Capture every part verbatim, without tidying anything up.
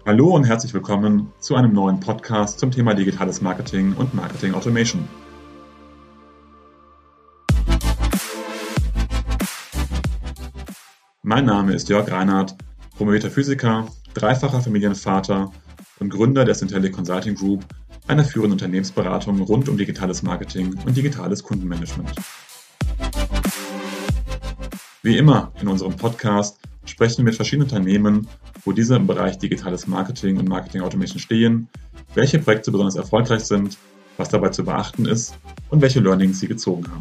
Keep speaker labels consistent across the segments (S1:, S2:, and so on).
S1: Hallo und herzlich willkommen zu einem neuen Podcast zum Thema digitales Marketing und Marketing Automation. Mein Name ist Jörg Reinhardt, promovierter Physiker, dreifacher Familienvater und Gründer der Syntellic Consulting Group, einer führenden Unternehmensberatung rund um digitales Marketing und digitales Kundenmanagement. Wie immer in unserem Podcast sprechen wir mit verschiedenen Unternehmen, wo diese im Bereich digitales Marketing und Marketing Automation stehen, welche Projekte besonders erfolgreich sind, was dabei zu beachten ist und welche Learnings sie gezogen haben.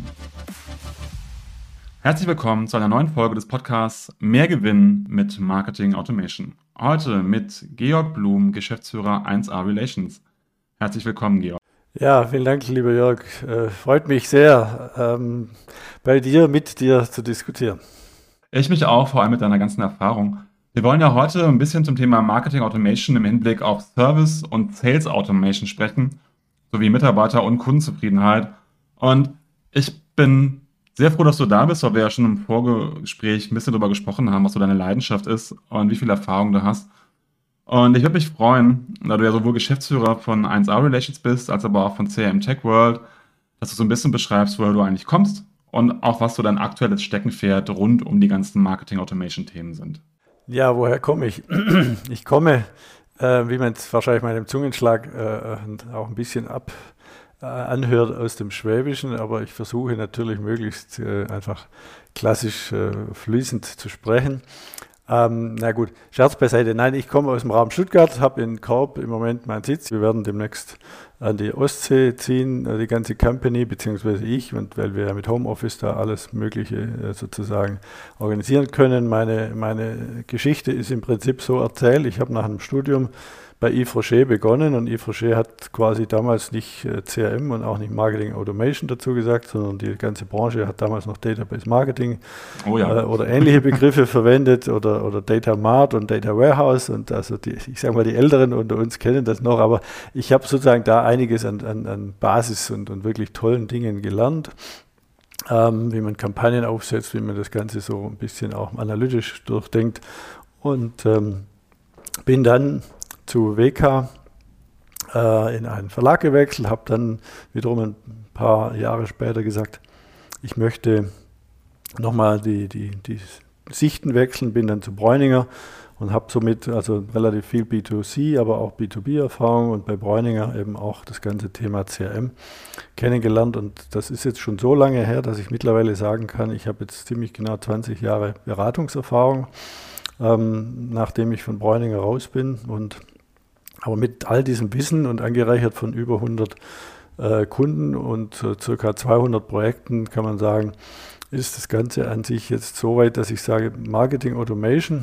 S2: Herzlich willkommen zu einer neuen Folge des Podcasts Mehr Gewinn mit Marketing Automation. Heute mit Georg Blum, Geschäftsführer eins A Relations. Herzlich willkommen, Georg.
S3: Ja, vielen Dank, lieber Jörg. Äh, freut mich sehr, ähm, bei dir, mit dir zu diskutieren.
S2: Ich mich auch, vor allem mit deiner ganzen Erfahrung. Wir wollen ja heute ein bisschen zum Thema Marketing Automation im Hinblick auf Service und Sales Automation sprechen, sowie Mitarbeiter- und Kundenzufriedenheit. Und ich bin sehr froh, dass du da bist, weil wir ja schon im Vorgespräch ein bisschen darüber gesprochen haben, was so deine Leidenschaft ist und wie viel Erfahrung du hast. Und ich würde mich freuen, da du ja sowohl Geschäftsführer von eins A Relations bist, als aber auch von C R M Tech World, dass du so ein bisschen beschreibst, woher du eigentlich kommst und auch was so dein aktuelles Steckenpferd rund um die ganzen Marketing-Automation-Themen sind.
S3: Ja, woher komme ich? Ich komme, äh, wie man es wahrscheinlich meinem Zungenschlag äh, auch ein bisschen ab äh, anhört, aus dem Schwäbischen, aber ich versuche natürlich möglichst äh, einfach klassisch äh, fließend zu sprechen. Ähm, na gut, Scherz beiseite. Nein, ich komme aus dem Raum Stuttgart, habe in Korb im Moment meinen Sitz. Wir werden demnächst an die Ostsee ziehen, die ganze Company, beziehungsweise ich, und weil wir ja mit Homeoffice da alles Mögliche sozusagen organisieren können. Meine, meine Geschichte ist im Prinzip so erzählt. Ich habe nach einem Studium bei Yves Rocher begonnen und Yves Rocher hat quasi damals nicht C R M und auch nicht Marketing Automation dazu gesagt, sondern die ganze Branche hat damals noch Database Marketing oh ja. äh, oder ähnliche Begriffe verwendet oder, oder Data Mart und Data Warehouse und also die, ich sage mal, die Älteren unter uns kennen das noch, aber ich habe sozusagen da einiges an, an, an Basis und, und wirklich tollen Dingen gelernt. Ähm, wie man Kampagnen aufsetzt, wie man das Ganze so ein bisschen auch analytisch durchdenkt und ähm, bin dann zu W K äh, in einen Verlag gewechselt, habe dann wiederum ein paar Jahre später gesagt, ich möchte nochmal die, die, die Sichten wechseln, bin dann zu Bräuninger und habe somit also relativ viel B zwei C, aber auch B zwei B Erfahrung und bei Bräuninger eben auch das ganze Thema C R M kennengelernt und das ist jetzt schon so lange her, dass ich mittlerweile sagen kann, ich habe jetzt ziemlich genau zwanzig Jahre Beratungserfahrung, ähm, nachdem ich von Bräuninger raus bin und aber mit all diesem Wissen und angereichert von über hundert äh, Kunden und äh, circa zweihundert Projekten kann man sagen, ist das Ganze an sich jetzt so weit, dass ich sage, Marketing Automation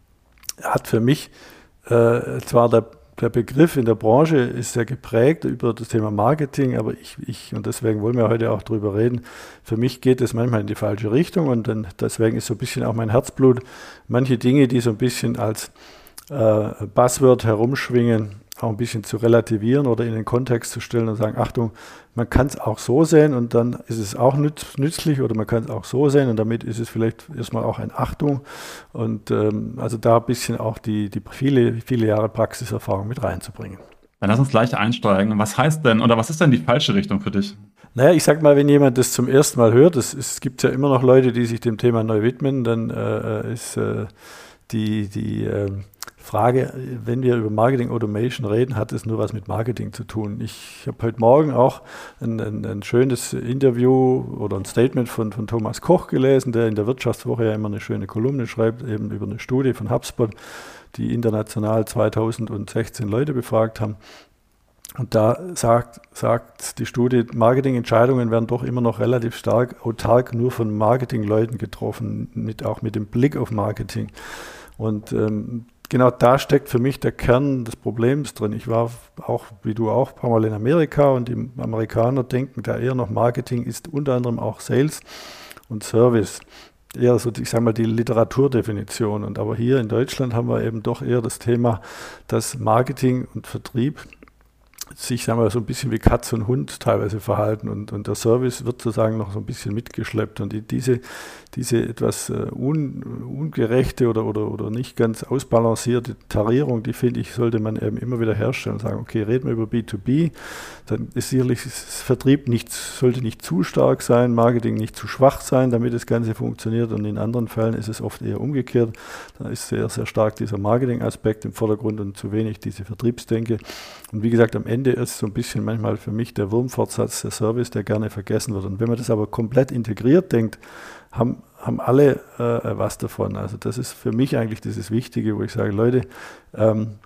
S3: hat für mich äh, zwar der, der Begriff in der Branche ist sehr geprägt über das Thema Marketing, aber ich, ich, und deswegen wollen wir heute auch drüber reden, für mich geht es manchmal in die falsche Richtung und dann, deswegen ist so ein bisschen auch mein Herzblut, manche Dinge, die so ein bisschen als äh, Buzzword herumschwingen, auch ein bisschen zu relativieren oder in den Kontext zu stellen und sagen, Achtung, man kann es auch so sehen und dann ist es auch nütz, nützlich oder man kann es auch so sehen und damit ist es vielleicht erstmal auch eine Achtung und ähm, also da ein bisschen auch die, die viele, viele Jahre Praxiserfahrung mit reinzubringen.
S2: Dann lass uns gleich einsteigen. Was heißt denn oder was ist denn die falsche Richtung für dich?
S3: Naja, ich sag mal, wenn jemand das zum ersten Mal hört, es, es gibt ja immer noch Leute, die sich dem Thema neu widmen, dann äh, ist äh, die, die äh, Frage, wenn wir über Marketing Automation reden, hat es nur was mit Marketing zu tun. Ich habe heute Morgen auch ein, ein, ein schönes Interview oder ein Statement von, von Thomas Koch gelesen, der in der Wirtschaftswoche ja immer eine schöne Kolumne schreibt, eben über eine Studie von HubSpot, die international zweitausendsechzehn Leute befragt haben. Und da sagt, sagt die Studie, Marketingentscheidungen werden doch immer noch relativ stark autark nur von Marketingleuten getroffen, mit, auch mit dem Blick auf Marketing. Und ähm, genau da steckt für mich der Kern des Problems drin. Ich war auch, wie du auch, ein paar Mal in Amerika und die Amerikaner denken da eher noch, Marketing ist unter anderem auch Sales und Service. Eher so, ich sage mal, die Literaturdefinition. Und aber hier in Deutschland haben wir eben doch eher das Thema, dass Marketing und Vertrieb sich, sagen wir, so ein bisschen wie Katz und Hund teilweise verhalten und, und der Service wird sozusagen noch so ein bisschen mitgeschleppt und die, diese, diese etwas uh, un, ungerechte oder, oder, oder nicht ganz ausbalancierte Tarierung, die finde ich, sollte man eben immer wieder herstellen und sagen, okay, reden wir über B zwei B, dann ist sicherlich das Vertrieb nicht, sollte nicht zu stark sein, Marketing nicht zu schwach sein, damit das Ganze funktioniert und in anderen Fällen ist es oft eher umgekehrt, da ist sehr, sehr stark dieser Marketing-Aspekt im Vordergrund und zu wenig diese Vertriebsdenke und wie gesagt, am Ende ist so ein bisschen manchmal für mich der Wurmfortsatz, der Service, der gerne vergessen wird. Und wenn man das aber komplett integriert denkt, haben, haben alle äh, was davon. Also das ist für mich eigentlich dieses Wichtige, wo ich sage, Leute, ähm,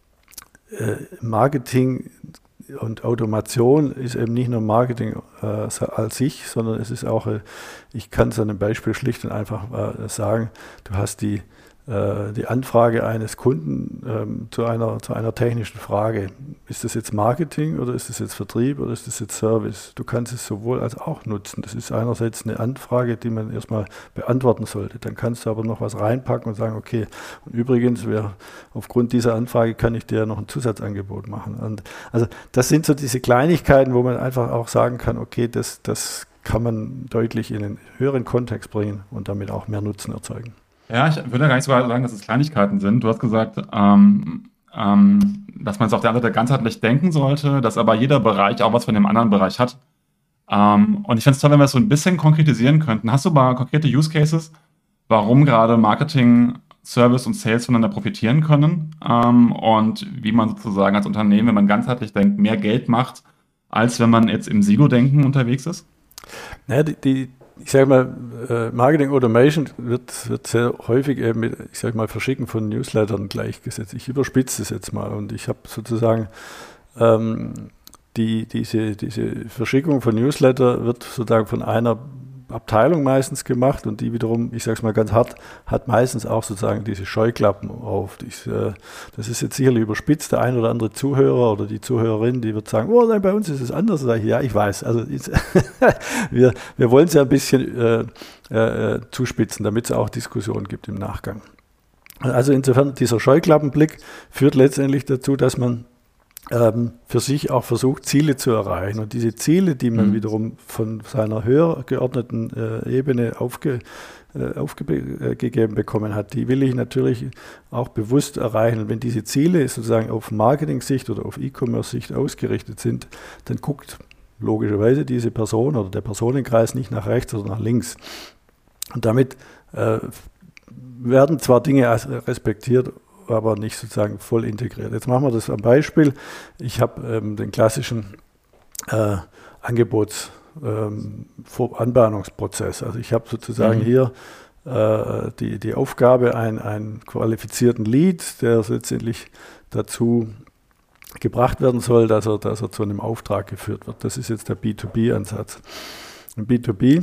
S3: äh, Marketing und Automation ist eben nicht nur Marketing äh, als sich, sondern es ist auch, äh, ich kann es an einem Beispiel schlicht und einfach äh, sagen, du hast die die Anfrage eines Kunden ähm, zu einer, zu einer technischen Frage. Ist das jetzt Marketing oder ist das jetzt Vertrieb oder ist das jetzt Service? Du kannst es sowohl als auch nutzen. Das ist einerseits eine Anfrage, die man erstmal beantworten sollte. Dann kannst du aber noch was reinpacken und sagen, okay, und übrigens, wer, aufgrund dieser Anfrage kann ich dir noch ein Zusatzangebot machen. Und also das sind so diese Kleinigkeiten, wo man einfach auch sagen kann, okay, das, das kann man deutlich in einen höheren Kontext bringen und damit auch mehr Nutzen erzeugen.
S2: Ja, ich würde gar nicht sogar sagen, dass es Kleinigkeiten sind. Du hast gesagt, ähm, ähm, dass man es auf der anderen Seite ganzheitlich denken sollte, dass aber jeder Bereich auch was von dem anderen Bereich hat. Ähm, und ich fände es toll, wenn wir es so ein bisschen konkretisieren könnten. Hast du mal konkrete Use Cases, warum gerade Marketing, Service und Sales voneinander profitieren können ähm, und wie man sozusagen als Unternehmen, wenn man ganzheitlich denkt, mehr Geld macht, als wenn man jetzt im Silo-Denken unterwegs ist?
S3: Naja, die, die Ich sage mal, Marketing Automation wird, wird sehr häufig eben mit, ich sage mal, Verschicken von Newslettern gleichgesetzt. Ich überspitze es jetzt mal und ich habe sozusagen ähm, die, diese, diese Verschickung von Newsletter wird sozusagen von einer Abteilung meistens gemacht und die wiederum, ich sage es mal ganz hart, hat meistens auch sozusagen diese Scheuklappen auf. Ich, äh, das ist jetzt sicherlich überspitzt. Der ein oder andere Zuhörer oder die Zuhörerin, die wird sagen, oh nein, bei uns ist es anders. Sag ich, ja, ich weiß. Also wir, wir wollen es ja ein bisschen äh, äh, zuspitzen, damit es auch Diskussionen gibt im Nachgang. Also insofern, dieser Scheuklappenblick führt letztendlich dazu, dass man Ähm, für sich auch versucht, Ziele zu erreichen. Und diese Ziele, die man mhm. wiederum von seiner höher geordneten äh, Ebene aufge, äh, aufgegeben äh, bekommen hat, die will ich natürlich auch bewusst erreichen. Und wenn diese Ziele sozusagen auf Marketing-Sicht oder auf E-Commerce-Sicht ausgerichtet sind, dann guckt logischerweise diese Person oder der Personenkreis nicht nach rechts oder nach links. Und damit äh, werden zwar Dinge respektiert, aber nicht sozusagen voll integriert. Jetzt machen wir das am Beispiel. Ich habe ähm, den klassischen äh, Angebots- ähm, Anbahnungsprozess. Also ich habe sozusagen mhm. hier äh, die, die Aufgabe, ein, einen qualifizierten Lead, der letztendlich dazu gebracht werden soll, dass er, dass er zu einem Auftrag geführt wird. Das ist jetzt der B zwei B-Ansatz. Im B zwei B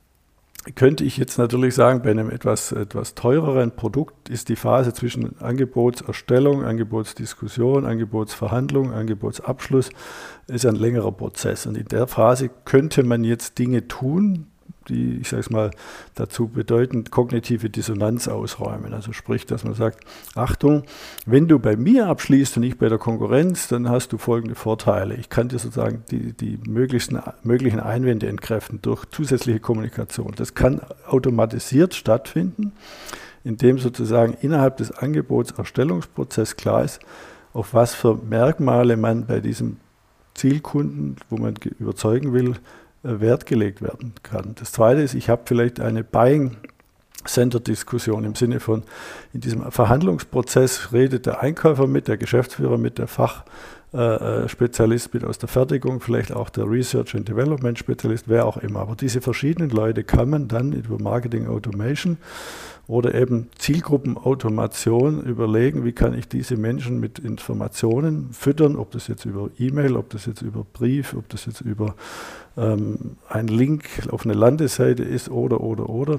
S3: könnte ich jetzt natürlich sagen, bei einem etwas, etwas teureren Produkt ist die Phase zwischen Angebotserstellung, Angebotsdiskussion, Angebotsverhandlung, Angebotsabschluss ist ein längerer Prozess. Und in der Phase könnte man jetzt Dinge tun, die, ich sage es mal, dazu bedeuten, kognitive Dissonanz ausräumen. Also sprich, dass man sagt, Achtung, wenn du bei mir abschließt und nicht bei der Konkurrenz, dann hast du folgende Vorteile. Ich kann dir sozusagen die, die möglichsten, möglichen Einwände entkräften durch zusätzliche Kommunikation. Das kann automatisiert stattfinden, indem sozusagen innerhalb des Angebotserstellungsprozesses klar ist, auf was für Merkmale man bei diesem Zielkunden, wo man überzeugen will, Wert gelegt werden kann. Das Zweite ist, ich habe vielleicht eine Buying-Center-Diskussion im Sinne von, in diesem Verhandlungsprozess redet der Einkäufer mit, der Geschäftsführer mit, der Fachspezialist mit aus der Fertigung, vielleicht auch der Research and Development Spezialist, wer auch immer. Aber diese verschiedenen Leute kann man dann über Marketing Automation oder eben Zielgruppenautomation überlegen, wie kann ich diese Menschen mit Informationen füttern, ob das jetzt über E-Mail, ob das jetzt über Brief, ob das jetzt über ähm, ein Link auf eine Landesseite ist oder, oder, oder,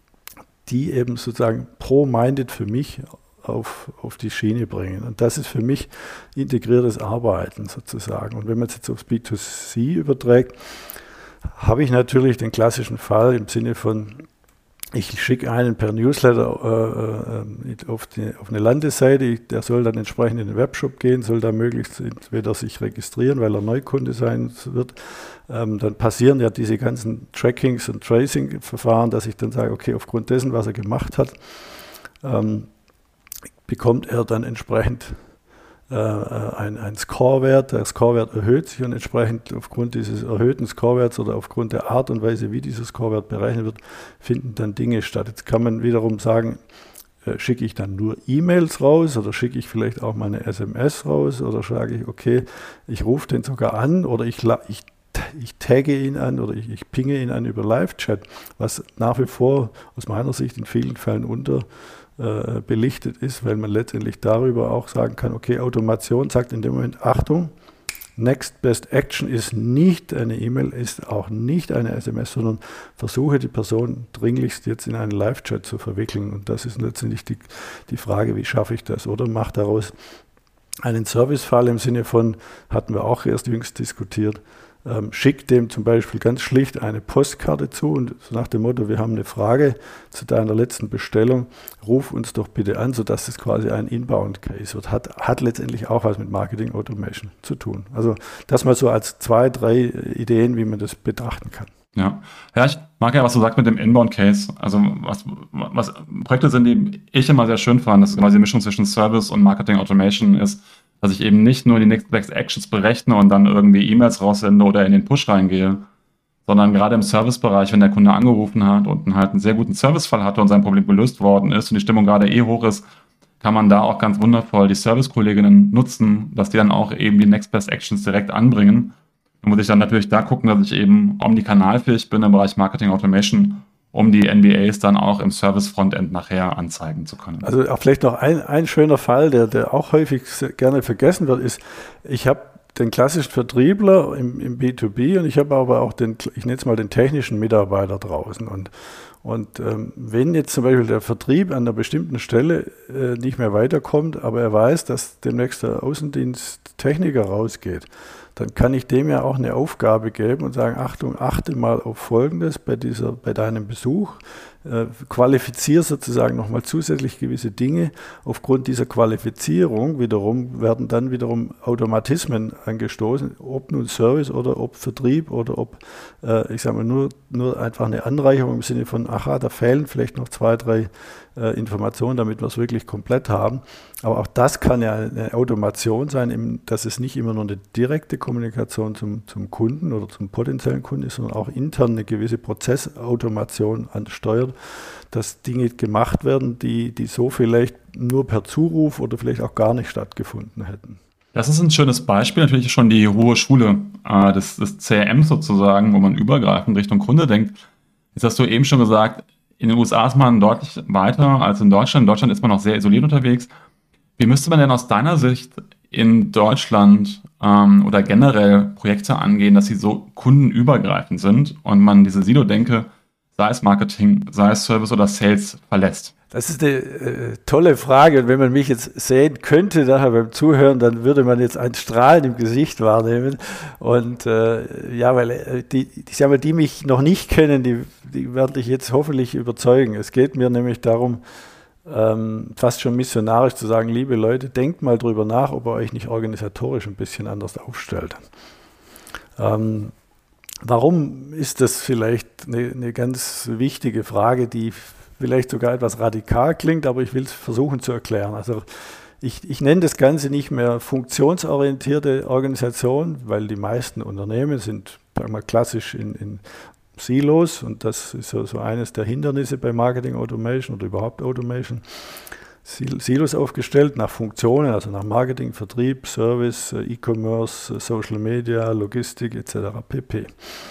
S3: die eben sozusagen pro-minded für mich auf, auf die Schiene bringen. Und das ist für mich integriertes Arbeiten sozusagen. Und wenn man es jetzt aufs B zwei C überträgt, habe ich natürlich den klassischen Fall im Sinne von, ich schicke einen per Newsletter äh, auf, die, auf eine Landesseite, der soll dann entsprechend in den Webshop gehen, soll da möglichst entweder sich registrieren, weil er Neukunde sein wird. Ähm, dann passieren ja diese ganzen Trackings und Tracing-Verfahren, dass ich dann sage, okay, aufgrund dessen, was er gemacht hat, ähm, bekommt er dann entsprechend äh, ein, ein Scorewert. Der Scorewert erhöht sich und entsprechend aufgrund dieses erhöhten Scorewerts oder aufgrund der Art und Weise, wie dieser Scorewert berechnet wird, finden dann Dinge statt. Jetzt kann man wiederum sagen, äh, schicke ich dann nur E-Mails raus oder schicke ich vielleicht auch mal eine S M S raus oder sage ich, okay, ich rufe den sogar an oder ich, ich Ich tagge ihn an oder ich, ich pinge ihn an über Live-Chat, was nach wie vor aus meiner Sicht in vielen Fällen unterbelichtet äh, ist, weil man letztendlich darüber auch sagen kann, okay, Automation sagt in dem Moment, Achtung, Next Best Action ist nicht eine E-Mail, ist auch nicht eine S M S, sondern versuche die Person dringlichst jetzt in einen Live-Chat zu verwickeln. Und das ist letztendlich die, die Frage, wie schaffe ich das? Oder mache daraus einen Servicefall im Sinne von, hatten wir auch erst jüngst diskutiert, Ähm, schickt dem zum Beispiel ganz schlicht eine Postkarte zu und so nach dem Motto, wir haben eine Frage zu deiner letzten Bestellung, ruf uns doch bitte an, sodass es quasi ein Inbound-Case wird. Hat, hat letztendlich auch was mit Marketing Automation zu tun. Also das mal so als zwei, drei Ideen, wie man das betrachten kann.
S2: Ja, ja, ich mag ja, was du sagst mit dem Inbound-Case. Also was, was Projekte sind, die ich immer sehr schön fand, dass quasi die Mischung zwischen Service und Marketing Automation ist, dass ich eben nicht nur die Next Best Actions berechne und dann irgendwie E-Mails raussende oder in den Push reingehe, sondern gerade im Servicebereich, wenn der Kunde angerufen hat und halt einen sehr guten Servicefall hatte und sein Problem gelöst worden ist und die Stimmung gerade eh hoch ist, kann man da auch ganz wundervoll die Servicekolleginnen nutzen, dass die dann auch eben die Next Best Actions direkt anbringen. Da muss ich dann natürlich da gucken, dass ich eben omnikanalfähig bin im Bereich Marketing Automation, um die N B As dann auch im Service-Frontend nachher anzeigen zu können.
S3: Also auch vielleicht noch ein, ein schöner Fall, der, der auch häufig gerne vergessen wird, ist, ich habe den klassischen Vertriebler im, im B zwei B und ich habe aber auch den, ich nenne es mal den technischen Mitarbeiter draußen. Und, und ähm, wenn jetzt zum Beispiel der Vertrieb an einer bestimmten Stelle äh, nicht mehr weiterkommt, aber er weiß, dass demnächst der Außendiensttechniker rausgeht, dann kann ich dem ja auch eine Aufgabe geben und sagen, Achtung, achte mal auf Folgendes bei, dieser, bei deinem Besuch, äh, qualifiziere sozusagen nochmal zusätzlich gewisse Dinge. Aufgrund dieser Qualifizierung wiederum werden dann wiederum Automatismen angestoßen, ob nun Service oder ob Vertrieb oder ob, äh, ich sage mal, nur, nur einfach eine Anreicherung im Sinne von, aha, da fehlen vielleicht noch zwei, drei äh, Informationen, damit wir es wirklich komplett haben. Aber auch das kann ja eine Automation sein, dass es nicht immer nur eine direkte Kommunikation zum, zum Kunden oder zum potenziellen Kunden ist, sondern auch intern eine gewisse Prozessautomation ansteuert, dass Dinge gemacht werden, die, die so vielleicht nur per Zuruf oder vielleicht auch gar nicht stattgefunden hätten.
S2: Das ist ein schönes Beispiel, natürlich schon die hohe Schule äh, des, des C R Ms sozusagen, wo man übergreifend Richtung Kunde denkt. Jetzt hast du eben schon gesagt, in den U S A ist man deutlich weiter als in Deutschland. In Deutschland ist man noch sehr isoliert unterwegs. Wie müsste man denn aus deiner Sicht in Deutschland ähm, oder generell Projekte angehen, dass sie so kundenübergreifend sind und man diese Silo-Denke, sei es Marketing, sei es Service oder Sales, verlässt?
S3: Das ist eine äh, tolle Frage und wenn man mich jetzt sehen könnte nachher beim Zuhören, dann würde man jetzt ein Strahlen im Gesicht wahrnehmen und äh, ja, weil äh, die, ich sag mal, die mich noch nicht kennen, die, die werde ich jetzt hoffentlich überzeugen. Es geht mir nämlich darum, ähm, fast schon missionarisch zu sagen, liebe Leute, denkt mal drüber nach, ob ihr euch nicht organisatorisch ein bisschen anders aufstellt. Ähm, warum ist das vielleicht eine, eine ganz wichtige Frage, die vielleicht sogar etwas radikal klingt, aber ich will es versuchen zu erklären. Also ich, ich nenne das Ganze nicht mehr funktionsorientierte Organisation, weil die meisten Unternehmen sind, sagen wir mal, klassisch in, in Silos und das ist so, so eines der Hindernisse bei Marketing Automation oder überhaupt Automation. Silos aufgestellt nach Funktionen, also nach Marketing, Vertrieb, Service, E-Commerce, Social Media, Logistik et cetera pp.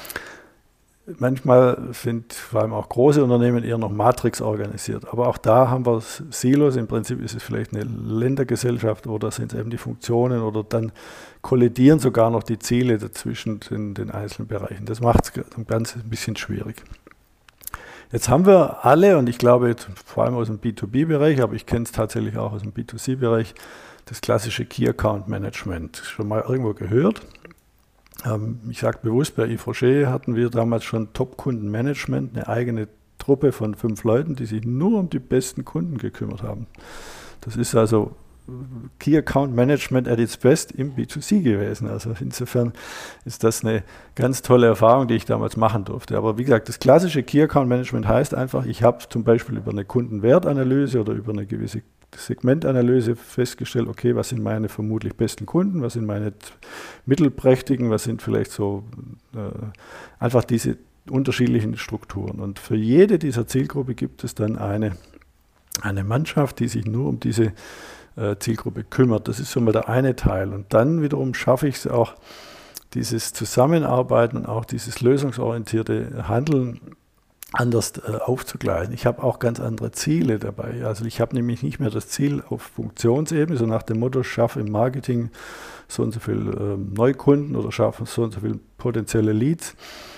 S3: Manchmal sind vor allem auch große Unternehmen eher noch Matrix organisiert, aber auch da haben wir Silos. Im Prinzip ist es vielleicht eine Ländergesellschaft oder sind es eben die Funktionen oder dann kollidieren sogar noch die Ziele dazwischen den, den einzelnen Bereichen. Das macht es ganz ein bisschen schwierig. Jetzt haben wir alle, und ich glaube jetzt vor allem aus dem B zwei B-Bereich, aber ich kenne es tatsächlich auch aus dem B zwei C-Bereich, das klassische Key Account Management. Schon mal irgendwo gehört? Ich sage bewusst, bei Yves Rocher hatten wir damals schon Top-Kundenmanagement, eine eigene Truppe von fünf Leuten, die sich nur um die besten Kunden gekümmert haben. Das ist also Key Account Management at its best im B zwei C gewesen. Also insofern ist das eine ganz tolle Erfahrung, die ich damals machen durfte. Aber wie gesagt, das klassische Key Account Management heißt einfach, ich habe zum Beispiel über eine Kundenwertanalyse oder über eine gewisse Segmentanalyse festgestellt, okay, was sind meine vermutlich besten Kunden, was sind meine mittelprächtigen, was sind vielleicht so äh, einfach diese unterschiedlichen Strukturen. Und für jede dieser Zielgruppe gibt es dann eine, eine Mannschaft, die sich nur um diese äh, Zielgruppe kümmert. Das ist schon mal der eine Teil. Und dann wiederum schaffe ich es auch, dieses Zusammenarbeiten und auch dieses lösungsorientierte Handeln anders äh, aufzugleisen. Ich habe auch ganz andere Ziele dabei. Also ich habe nämlich nicht mehr das Ziel auf Funktionsebene, so nach dem Motto, schaffe im Marketing so und so viel äh, Neukunden oder schaffe so und so viel potenzielle Leads,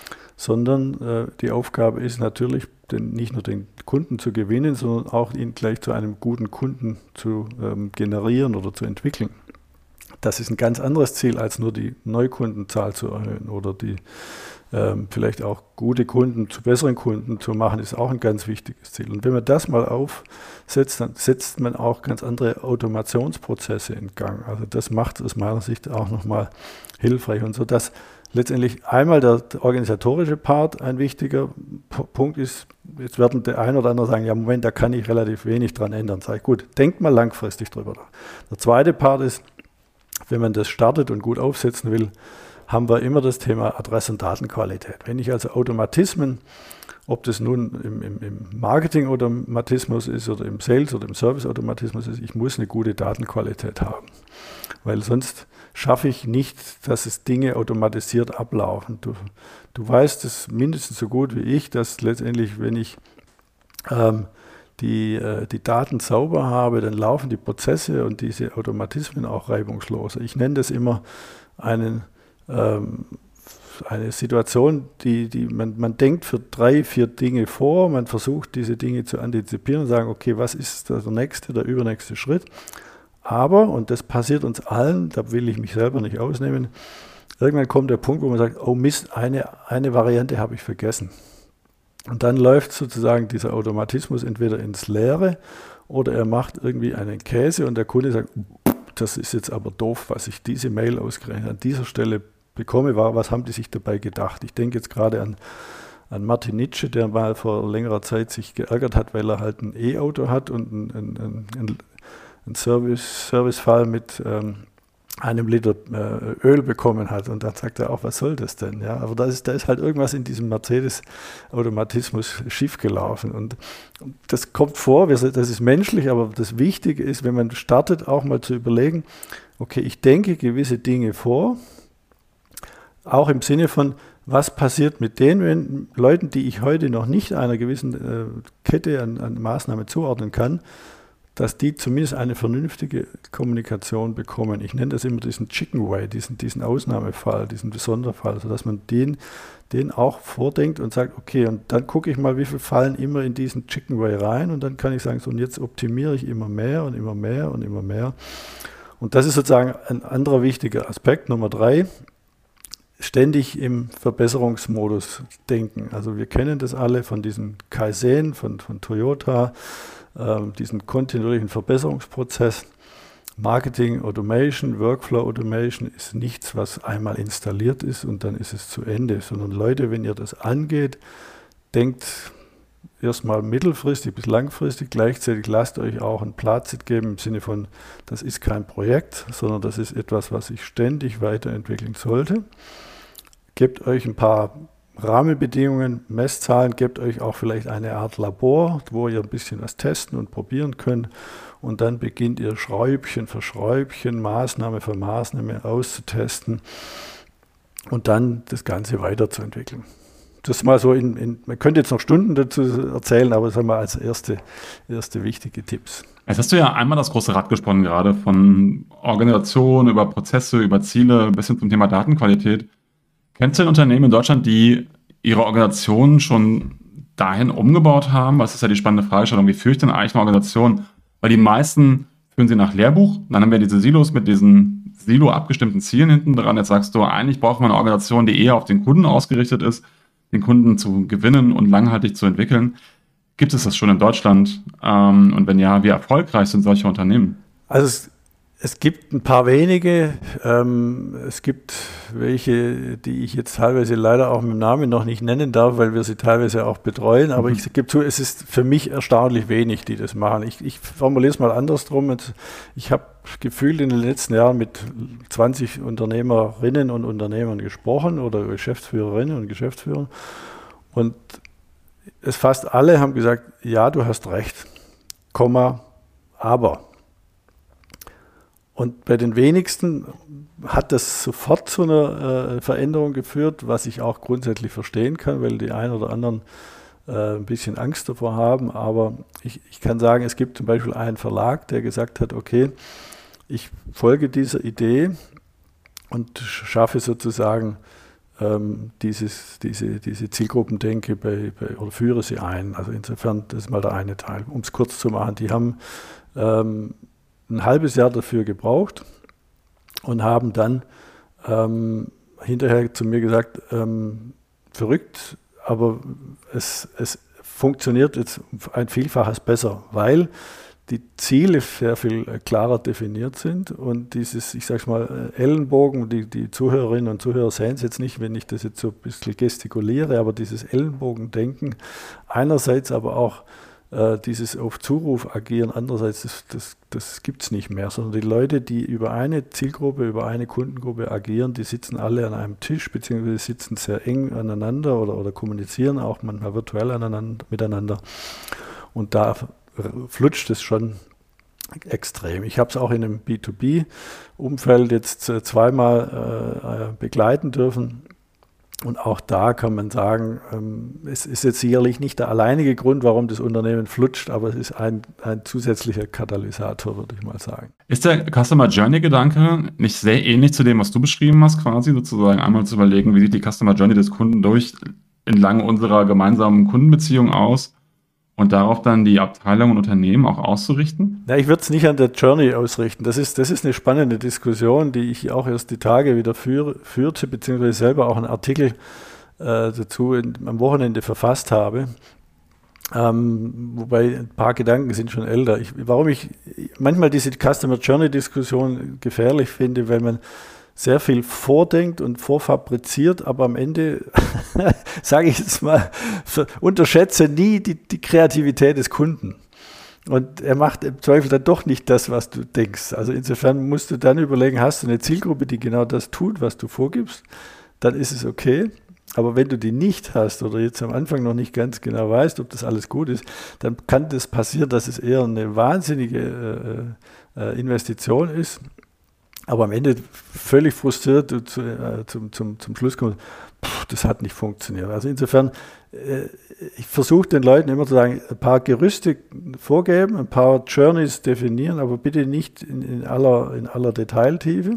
S3: sondern äh, die Aufgabe ist natürlich, den, nicht nur den Kunden zu gewinnen, sondern auch ihn gleich zu einem guten Kunden zu ähm, generieren oder zu entwickeln. Das ist ein ganz anderes Ziel, als nur die Neukundenzahl zu erhöhen oder die ähm, vielleicht auch gute Kunden zu besseren Kunden zu machen, ist auch ein ganz wichtiges Ziel. Und wenn man das mal aufsetzt, dann setzt man auch ganz andere Automationsprozesse in Gang. Also das macht aus meiner Sicht auch nochmal hilfreich. Und so dass letztendlich einmal der, der organisatorische Part ein wichtiger P- Punkt ist. Jetzt werden der ein oder andere sagen, ja Moment, da kann ich relativ wenig dran ändern. Sag ich, gut, denkt mal langfristig drüber nach. Der zweite Part ist, wenn man das startet und gut aufsetzen will, haben wir immer das Thema Adress- und Datenqualität. Wenn ich also Automatismen, ob das nun im, im, im Marketing-Automatismus ist oder im Sales- oder im Service-Automatismus ist, ich muss eine gute Datenqualität haben. Weil sonst schaffe ich nicht, dass es Dinge automatisiert ablaufen. Du, du weißt es mindestens so gut wie ich, dass letztendlich, wenn ich ähm, die, äh, die Daten sauber habe, dann laufen die Prozesse und diese Automatismen auch reibungslos. Ich nenne das immer einen, ähm, eine Situation, die, die man, man denkt für drei, vier Dinge vor, man versucht diese Dinge zu antizipieren und sagen, okay, was ist der nächste, der übernächste Schritt? Aber, und das passiert uns allen, da will ich mich selber nicht ausnehmen, irgendwann kommt der Punkt, wo man sagt, oh Mist, eine, eine Variante habe ich vergessen. Und dann läuft sozusagen dieser Automatismus entweder ins Leere oder er macht irgendwie einen Käse und der Kunde sagt, das ist jetzt aber doof, was ich diese Mail ausgerechnet an dieser Stelle bekomme, war, was haben die sich dabei gedacht? Ich denke jetzt gerade an, an Martin Nitsche, der mal vor längerer Zeit sich geärgert hat, weil er halt ein E-Auto hat und ein, ein, ein, ein Service, Servicefall mit ähm, einem Liter äh, Öl bekommen hat. Und dann sagt er auch, was soll das denn? Ja, aber da ist, da ist halt irgendwas in diesem Mercedes-Automatismus schiefgelaufen. Und das kommt vor, das ist menschlich, aber das Wichtige ist, wenn man startet, auch mal zu überlegen, okay, ich denke gewisse Dinge vor, auch im Sinne von, was passiert mit den Leuten, die ich heute noch nicht einer gewissen äh, Kette an, an Maßnahmen zuordnen kann, dass die zumindest eine vernünftige Kommunikation bekommen. Ich nenne das immer diesen Chicken Way, diesen, diesen Ausnahmefall, diesen Besonderfall, sodass man den, den auch vordenkt und sagt, okay, und dann gucke ich mal, wie viel fallen immer in diesen Chicken Way rein und dann kann ich sagen, so und jetzt optimiere ich immer mehr und immer mehr und immer mehr. Und das ist sozusagen ein anderer wichtiger Aspekt. Nummer drei, ständig im Verbesserungsmodus denken. Also wir kennen das alle von diesen Kaizen, von, von Toyota, diesen kontinuierlichen Verbesserungsprozess. Marketing Automation, Workflow Automation ist nichts, was einmal installiert ist und dann ist es zu Ende, sondern Leute, wenn ihr das angeht, denkt erstmal mittelfristig bis langfristig, gleichzeitig lasst euch auch ein Fazit geben im Sinne von, das ist kein Projekt, sondern das ist etwas, was sich ständig weiterentwickeln sollte. Gebt euch ein paar Rahmenbedingungen, Messzahlen, gebt euch auch vielleicht eine Art Labor, wo ihr ein bisschen was testen und probieren könnt und dann beginnt ihr Schräubchen für Schräubchen, Maßnahme für Maßnahme auszutesten und dann das Ganze weiterzuentwickeln. Das mal so in, in man könnte jetzt noch Stunden dazu erzählen, aber das haben wir als erste, erste wichtige Tipps.
S2: Jetzt hast du ja einmal das große Rad gesponnen, gerade von Organisation über Prozesse, über Ziele bis hin zum Thema Datenqualität. Kennst du denn Unternehmen in Deutschland, die ihre Organisation schon dahin umgebaut haben? Was ist ja die spannende Fragestellung? Wie führe ich denn eigentlich eine Organisation? Weil die meisten führen sie nach Lehrbuch. Dann haben wir diese Silos mit diesen Silo-abgestimmten Zielen hinten dran. Jetzt sagst du, eigentlich braucht man eine Organisation, die eher auf den Kunden ausgerichtet ist, den Kunden zu gewinnen und langhaltig zu entwickeln. Gibt es das schon in Deutschland? Ähm, und wenn ja, wie erfolgreich sind solche Unternehmen?
S3: Also es, es gibt ein paar wenige. Ähm, es gibt welche, die ich jetzt teilweise leider auch mit dem Namen noch nicht nennen darf, weil wir sie teilweise auch betreuen. Aber mhm. ich gebe zu, es ist für mich erstaunlich wenig, die das machen. Ich, ich formuliere es mal andersrum. Ich habe gefühlt in den letzten Jahren mit zwanzig Unternehmerinnen und Unternehmern gesprochen oder Geschäftsführerinnen und Geschäftsführern. Und es fast alle haben gesagt, ja, du hast recht, Komma, aber. Und bei den wenigsten hat das sofort zu einer äh, Veränderung geführt, was ich auch grundsätzlich verstehen kann, weil die einen oder anderen äh, ein bisschen Angst davor haben. Aber ich, ich kann sagen, es gibt zum Beispiel einen Verlag, der gesagt hat, okay, ich folge dieser Idee und schaffe sozusagen ähm, dieses, diese, diese Zielgruppendenke bei, bei, oder führe sie ein. Also insofern, das ist mal der eine Teil. Um es kurz zu machen, die haben ähm, ein halbes Jahr dafür gebraucht und haben dann ähm, hinterher zu mir gesagt, ähm, verrückt, aber es, es funktioniert jetzt ein Vielfaches besser, weil die Ziele sehr viel klarer definiert sind und dieses, ich sage mal, Ellenbogen, die, die Zuhörerinnen und Zuhörer sehen es jetzt nicht, wenn ich das jetzt so ein bisschen gestikuliere, aber dieses Ellenbogendenken, einerseits aber auch äh, dieses auf Zuruf agieren, andererseits, das, das, das gibt es nicht mehr, sondern die Leute, die über eine Zielgruppe, über eine Kundengruppe agieren, die sitzen alle an einem Tisch, beziehungsweise sitzen sehr eng aneinander oder, oder kommunizieren auch manchmal virtuell aneinander, miteinander und da flutscht es schon extrem. Ich habe es auch in einem B zwei B-Umfeld jetzt äh, zweimal äh, begleiten dürfen und auch da kann man sagen, ähm, es ist jetzt sicherlich nicht der alleinige Grund, warum das Unternehmen flutscht, aber es ist ein, ein zusätzlicher Katalysator, würde ich mal sagen.
S2: Ist der Customer Journey-Gedanke nicht sehr ähnlich zu dem, was du beschrieben hast, quasi sozusagen einmal zu überlegen, wie sieht die Customer Journey des Kunden durch entlang unserer gemeinsamen Kundenbeziehung aus? Und darauf dann die Abteilung und Unternehmen auch auszurichten?
S3: Na, ich würde es nicht an der Journey ausrichten. Das ist, das ist eine spannende Diskussion, die ich auch erst die Tage wieder führ, führte, beziehungsweise selber auch einen Artikel äh, dazu in, am Wochenende verfasst habe. Ähm, wobei ein paar Gedanken sind schon älter. Ich, warum ich manchmal diese Customer Journey Diskussion gefährlich finde, weil man sehr viel vordenkt und vorfabriziert, aber am Ende, sage ich jetzt mal, unterschätze nie die, die Kreativität des Kunden. Und er macht im Zweifel dann doch nicht das, was du denkst. Also insofern musst du dann überlegen, hast du eine Zielgruppe, die genau das tut, was du vorgibst, dann ist es okay. Aber wenn du die nicht hast oder jetzt am Anfang noch nicht ganz genau weißt, ob das alles gut ist, dann kann das passieren, dass es eher eine wahnsinnige äh, äh, Investition ist. Aber am Ende völlig frustriert zu, äh, zum, zum, zum Schluss kommt, pff, das hat nicht funktioniert. Also insofern, äh, ich versuche den Leuten immer zu sagen, ein paar Gerüste vorgeben, ein paar Journeys definieren, aber bitte nicht in, in, aller, in aller Detailtiefe.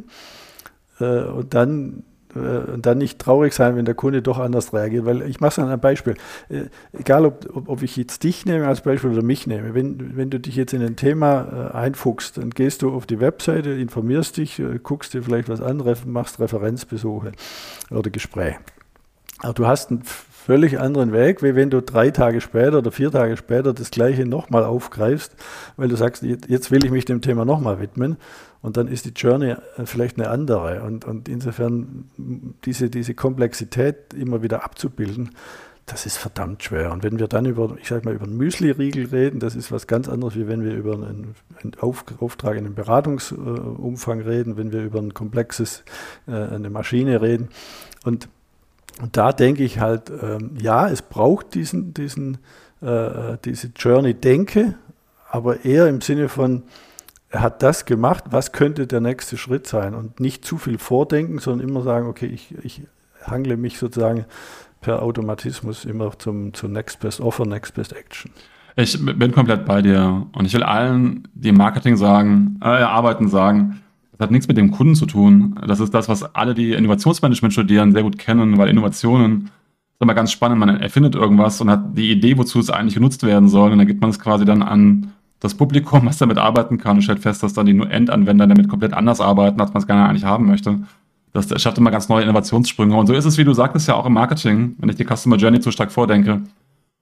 S3: Äh, und dann und dann nicht traurig sein, wenn der Kunde doch anders reagiert, weil ich mache es an einem Beispiel. Egal, ob, ob, ob ich jetzt dich nehme als Beispiel oder mich nehme, wenn, wenn du dich jetzt in ein Thema einfuchst, dann gehst du auf die Webseite, informierst dich, guckst dir vielleicht was an, machst Referenzbesuche oder Gespräche. Aber du hast einen völlig anderen Weg, wie wenn du drei Tage später oder vier Tage später das Gleiche nochmal aufgreifst, weil du sagst, jetzt will ich mich dem Thema nochmal widmen. Und dann ist die Journey vielleicht eine andere. Und, und insofern diese, diese Komplexität immer wieder abzubilden, das ist verdammt schwer. Und wenn wir dann über, ich sag mal, über einen Müsli-Riegel reden, das ist was ganz anderes, wie wenn wir über einen, einen Auf, Auftrag in einem Beratungsumfang reden, wenn wir über ein komplexes, äh, eine Maschine reden. Und, und da denke ich halt, ähm, ja, es braucht diesen, diesen, äh, diese Journey-Denke, aber eher im Sinne von, er hat das gemacht, was könnte der nächste Schritt sein? Und nicht zu viel vordenken, sondern immer sagen, okay, ich, ich hangle mich sozusagen per Automatismus immer zum, zum Next Best Offer, Next Best Action.
S2: Ich bin komplett bei dir und ich will allen, die im Marketing sagen, äh, arbeiten, sagen, das hat nichts mit dem Kunden zu tun. Das ist das, was alle, die Innovationsmanagement studieren, sehr gut kennen, weil Innovationen ist immer ganz spannend. Man erfindet irgendwas und hat die Idee, wozu es eigentlich genutzt werden soll, und dann gibt man es quasi dann an das Publikum, was damit arbeiten kann, und stellt fest, dass dann die Endanwender damit komplett anders arbeiten, als man es gerne eigentlich haben möchte. Das schafft immer ganz neue Innovationssprünge. Und so ist es, wie du sagtest, ja auch im Marketing, wenn ich die Customer Journey zu stark vordenke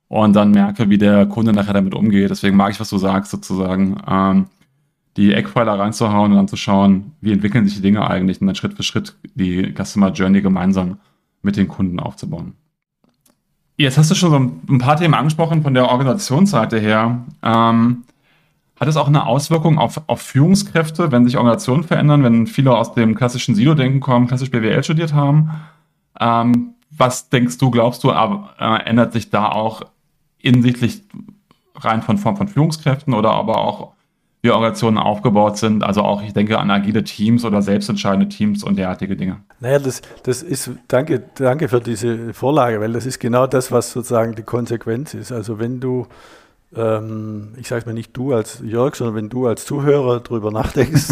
S2: und dann merke, wie der Kunde nachher damit umgeht. Deswegen mag ich, was du sagst, sozusagen, ähm, die Eckpfeiler reinzuhauen und dann zu schauen, wie entwickeln sich die Dinge eigentlich und dann Schritt für Schritt die Customer Journey gemeinsam mit den Kunden aufzubauen. Jetzt hast du schon so ein paar Themen angesprochen von der Organisationsseite her. Ähm, hat es auch eine Auswirkung auf, auf Führungskräfte, wenn sich Organisationen verändern, wenn viele aus dem klassischen Silo-Denken kommen, klassisch B W L studiert haben? Ähm, was denkst du, glaubst du, aber, äh, ändert sich da auch hinsichtlich rein von Form von Führungskräften oder aber auch wie Organisationen aufgebaut sind? Also auch, ich denke an agile Teams oder selbstentscheidende Teams und derartige Dinge.
S3: Naja, das, das ist, danke, danke für diese Vorlage, weil das ist genau das, was sozusagen die Konsequenz ist. Also wenn du, ähm, ich sage es mal nicht du als Jörg, sondern wenn du als Zuhörer darüber nachdenkst,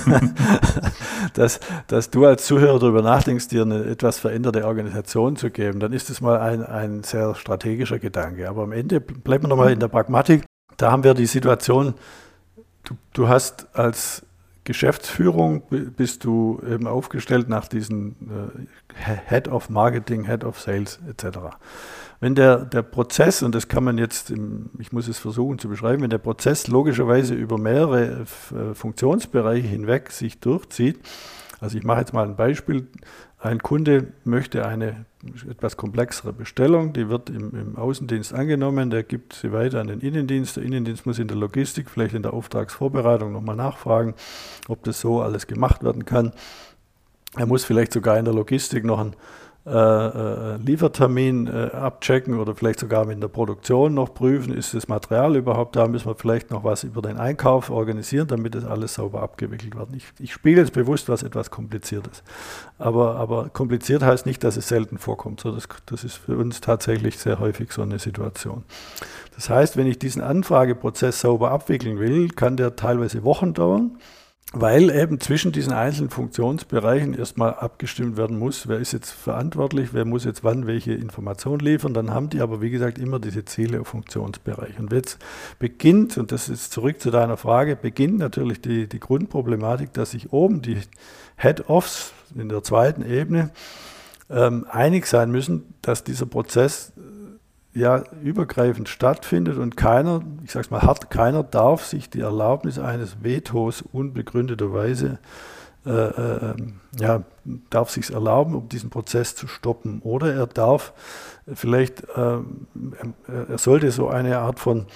S3: dass, dass du als Zuhörer darüber nachdenkst, dir eine etwas veränderte Organisation zu geben, dann ist das mal ein, ein sehr strategischer Gedanke. Aber am Ende bleiben wir nochmal in der Pragmatik. Da haben wir die Situation, du, du hast als Geschäftsführung bist du eben aufgestellt nach diesen äh, Head of Marketing, Head of Sales et cetera. Wenn der, der Prozess, und das kann man jetzt, im, ich muss es versuchen zu beschreiben, wenn der Prozess logischerweise über mehrere äh, Funktionsbereiche hinweg sich durchzieht, also ich mache jetzt mal ein Beispiel, ein Kunde möchte eine etwas komplexere Bestellung, die wird im, im Außendienst angenommen, der gibt sie weiter an den Innendienst, der Innendienst muss in der Logistik, vielleicht in der Auftragsvorbereitung nochmal nachfragen, ob das so alles gemacht werden kann. Er muss vielleicht sogar in der Logistik noch einen äh, Liefertermin äh, abchecken oder vielleicht sogar mit der Produktion noch prüfen, ist das Material überhaupt da, müssen wir vielleicht noch was über den Einkauf organisieren, damit das alles sauber abgewickelt wird. Ich, ich spiele jetzt bewusst was etwas Kompliziertes, aber, aber kompliziert heißt nicht, dass es selten vorkommt, so das, das ist für uns tatsächlich sehr häufig so eine Situation. Das heißt, wenn ich diesen Anfrageprozess sauber abwickeln will, kann der teilweise Wochen dauern, weil eben zwischen diesen einzelnen Funktionsbereichen erstmal abgestimmt werden muss, wer ist jetzt verantwortlich, wer muss jetzt wann welche Informationen liefern. Dann haben die aber, wie gesagt, immer diese Ziele auf Funktionsbereich. Und jetzt beginnt, und das ist zurück zu deiner Frage, beginnt natürlich die, die Grundproblematik, dass sich oben die Head-Offs in der zweiten Ebene ähm, einig sein müssen, dass dieser Prozess ja übergreifend stattfindet und keiner, ich sage es mal hart, keiner darf sich die Erlaubnis eines Vetos unbegründeterweise äh, äh, ja, darf sich erlauben, um diesen Prozess zu stoppen. Oder er darf vielleicht, äh, er sollte so eine Art von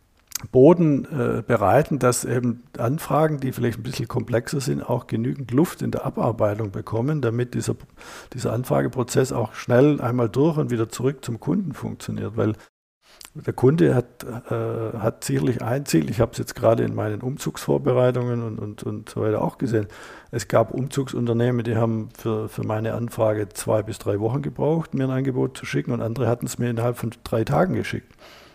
S3: Boden äh, bereiten, dass eben Anfragen, die vielleicht ein bisschen komplexer sind, auch genügend Luft in der Abarbeitung bekommen, damit dieser, dieser Anfrageprozess auch schnell einmal durch und wieder zurück zum Kunden funktioniert. Weil der Kunde hat, äh, hat sicherlich ein Ziel, ich habe es jetzt gerade in meinen Umzugsvorbereitungen und, und, und so weiter auch gesehen. Es gab Umzugsunternehmen, die haben für, für meine Anfrage zwei bis drei Wochen gebraucht, mir ein Angebot zu schicken, und andere hatten es mir innerhalb von drei Tagen geschickt.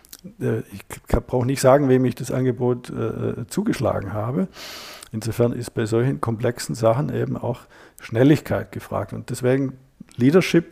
S3: Ich brauche nicht sagen, wem ich das Angebot äh, zugeschlagen habe. Insofern ist bei solchen komplexen Sachen eben auch Schnelligkeit gefragt. Und deswegen Leadership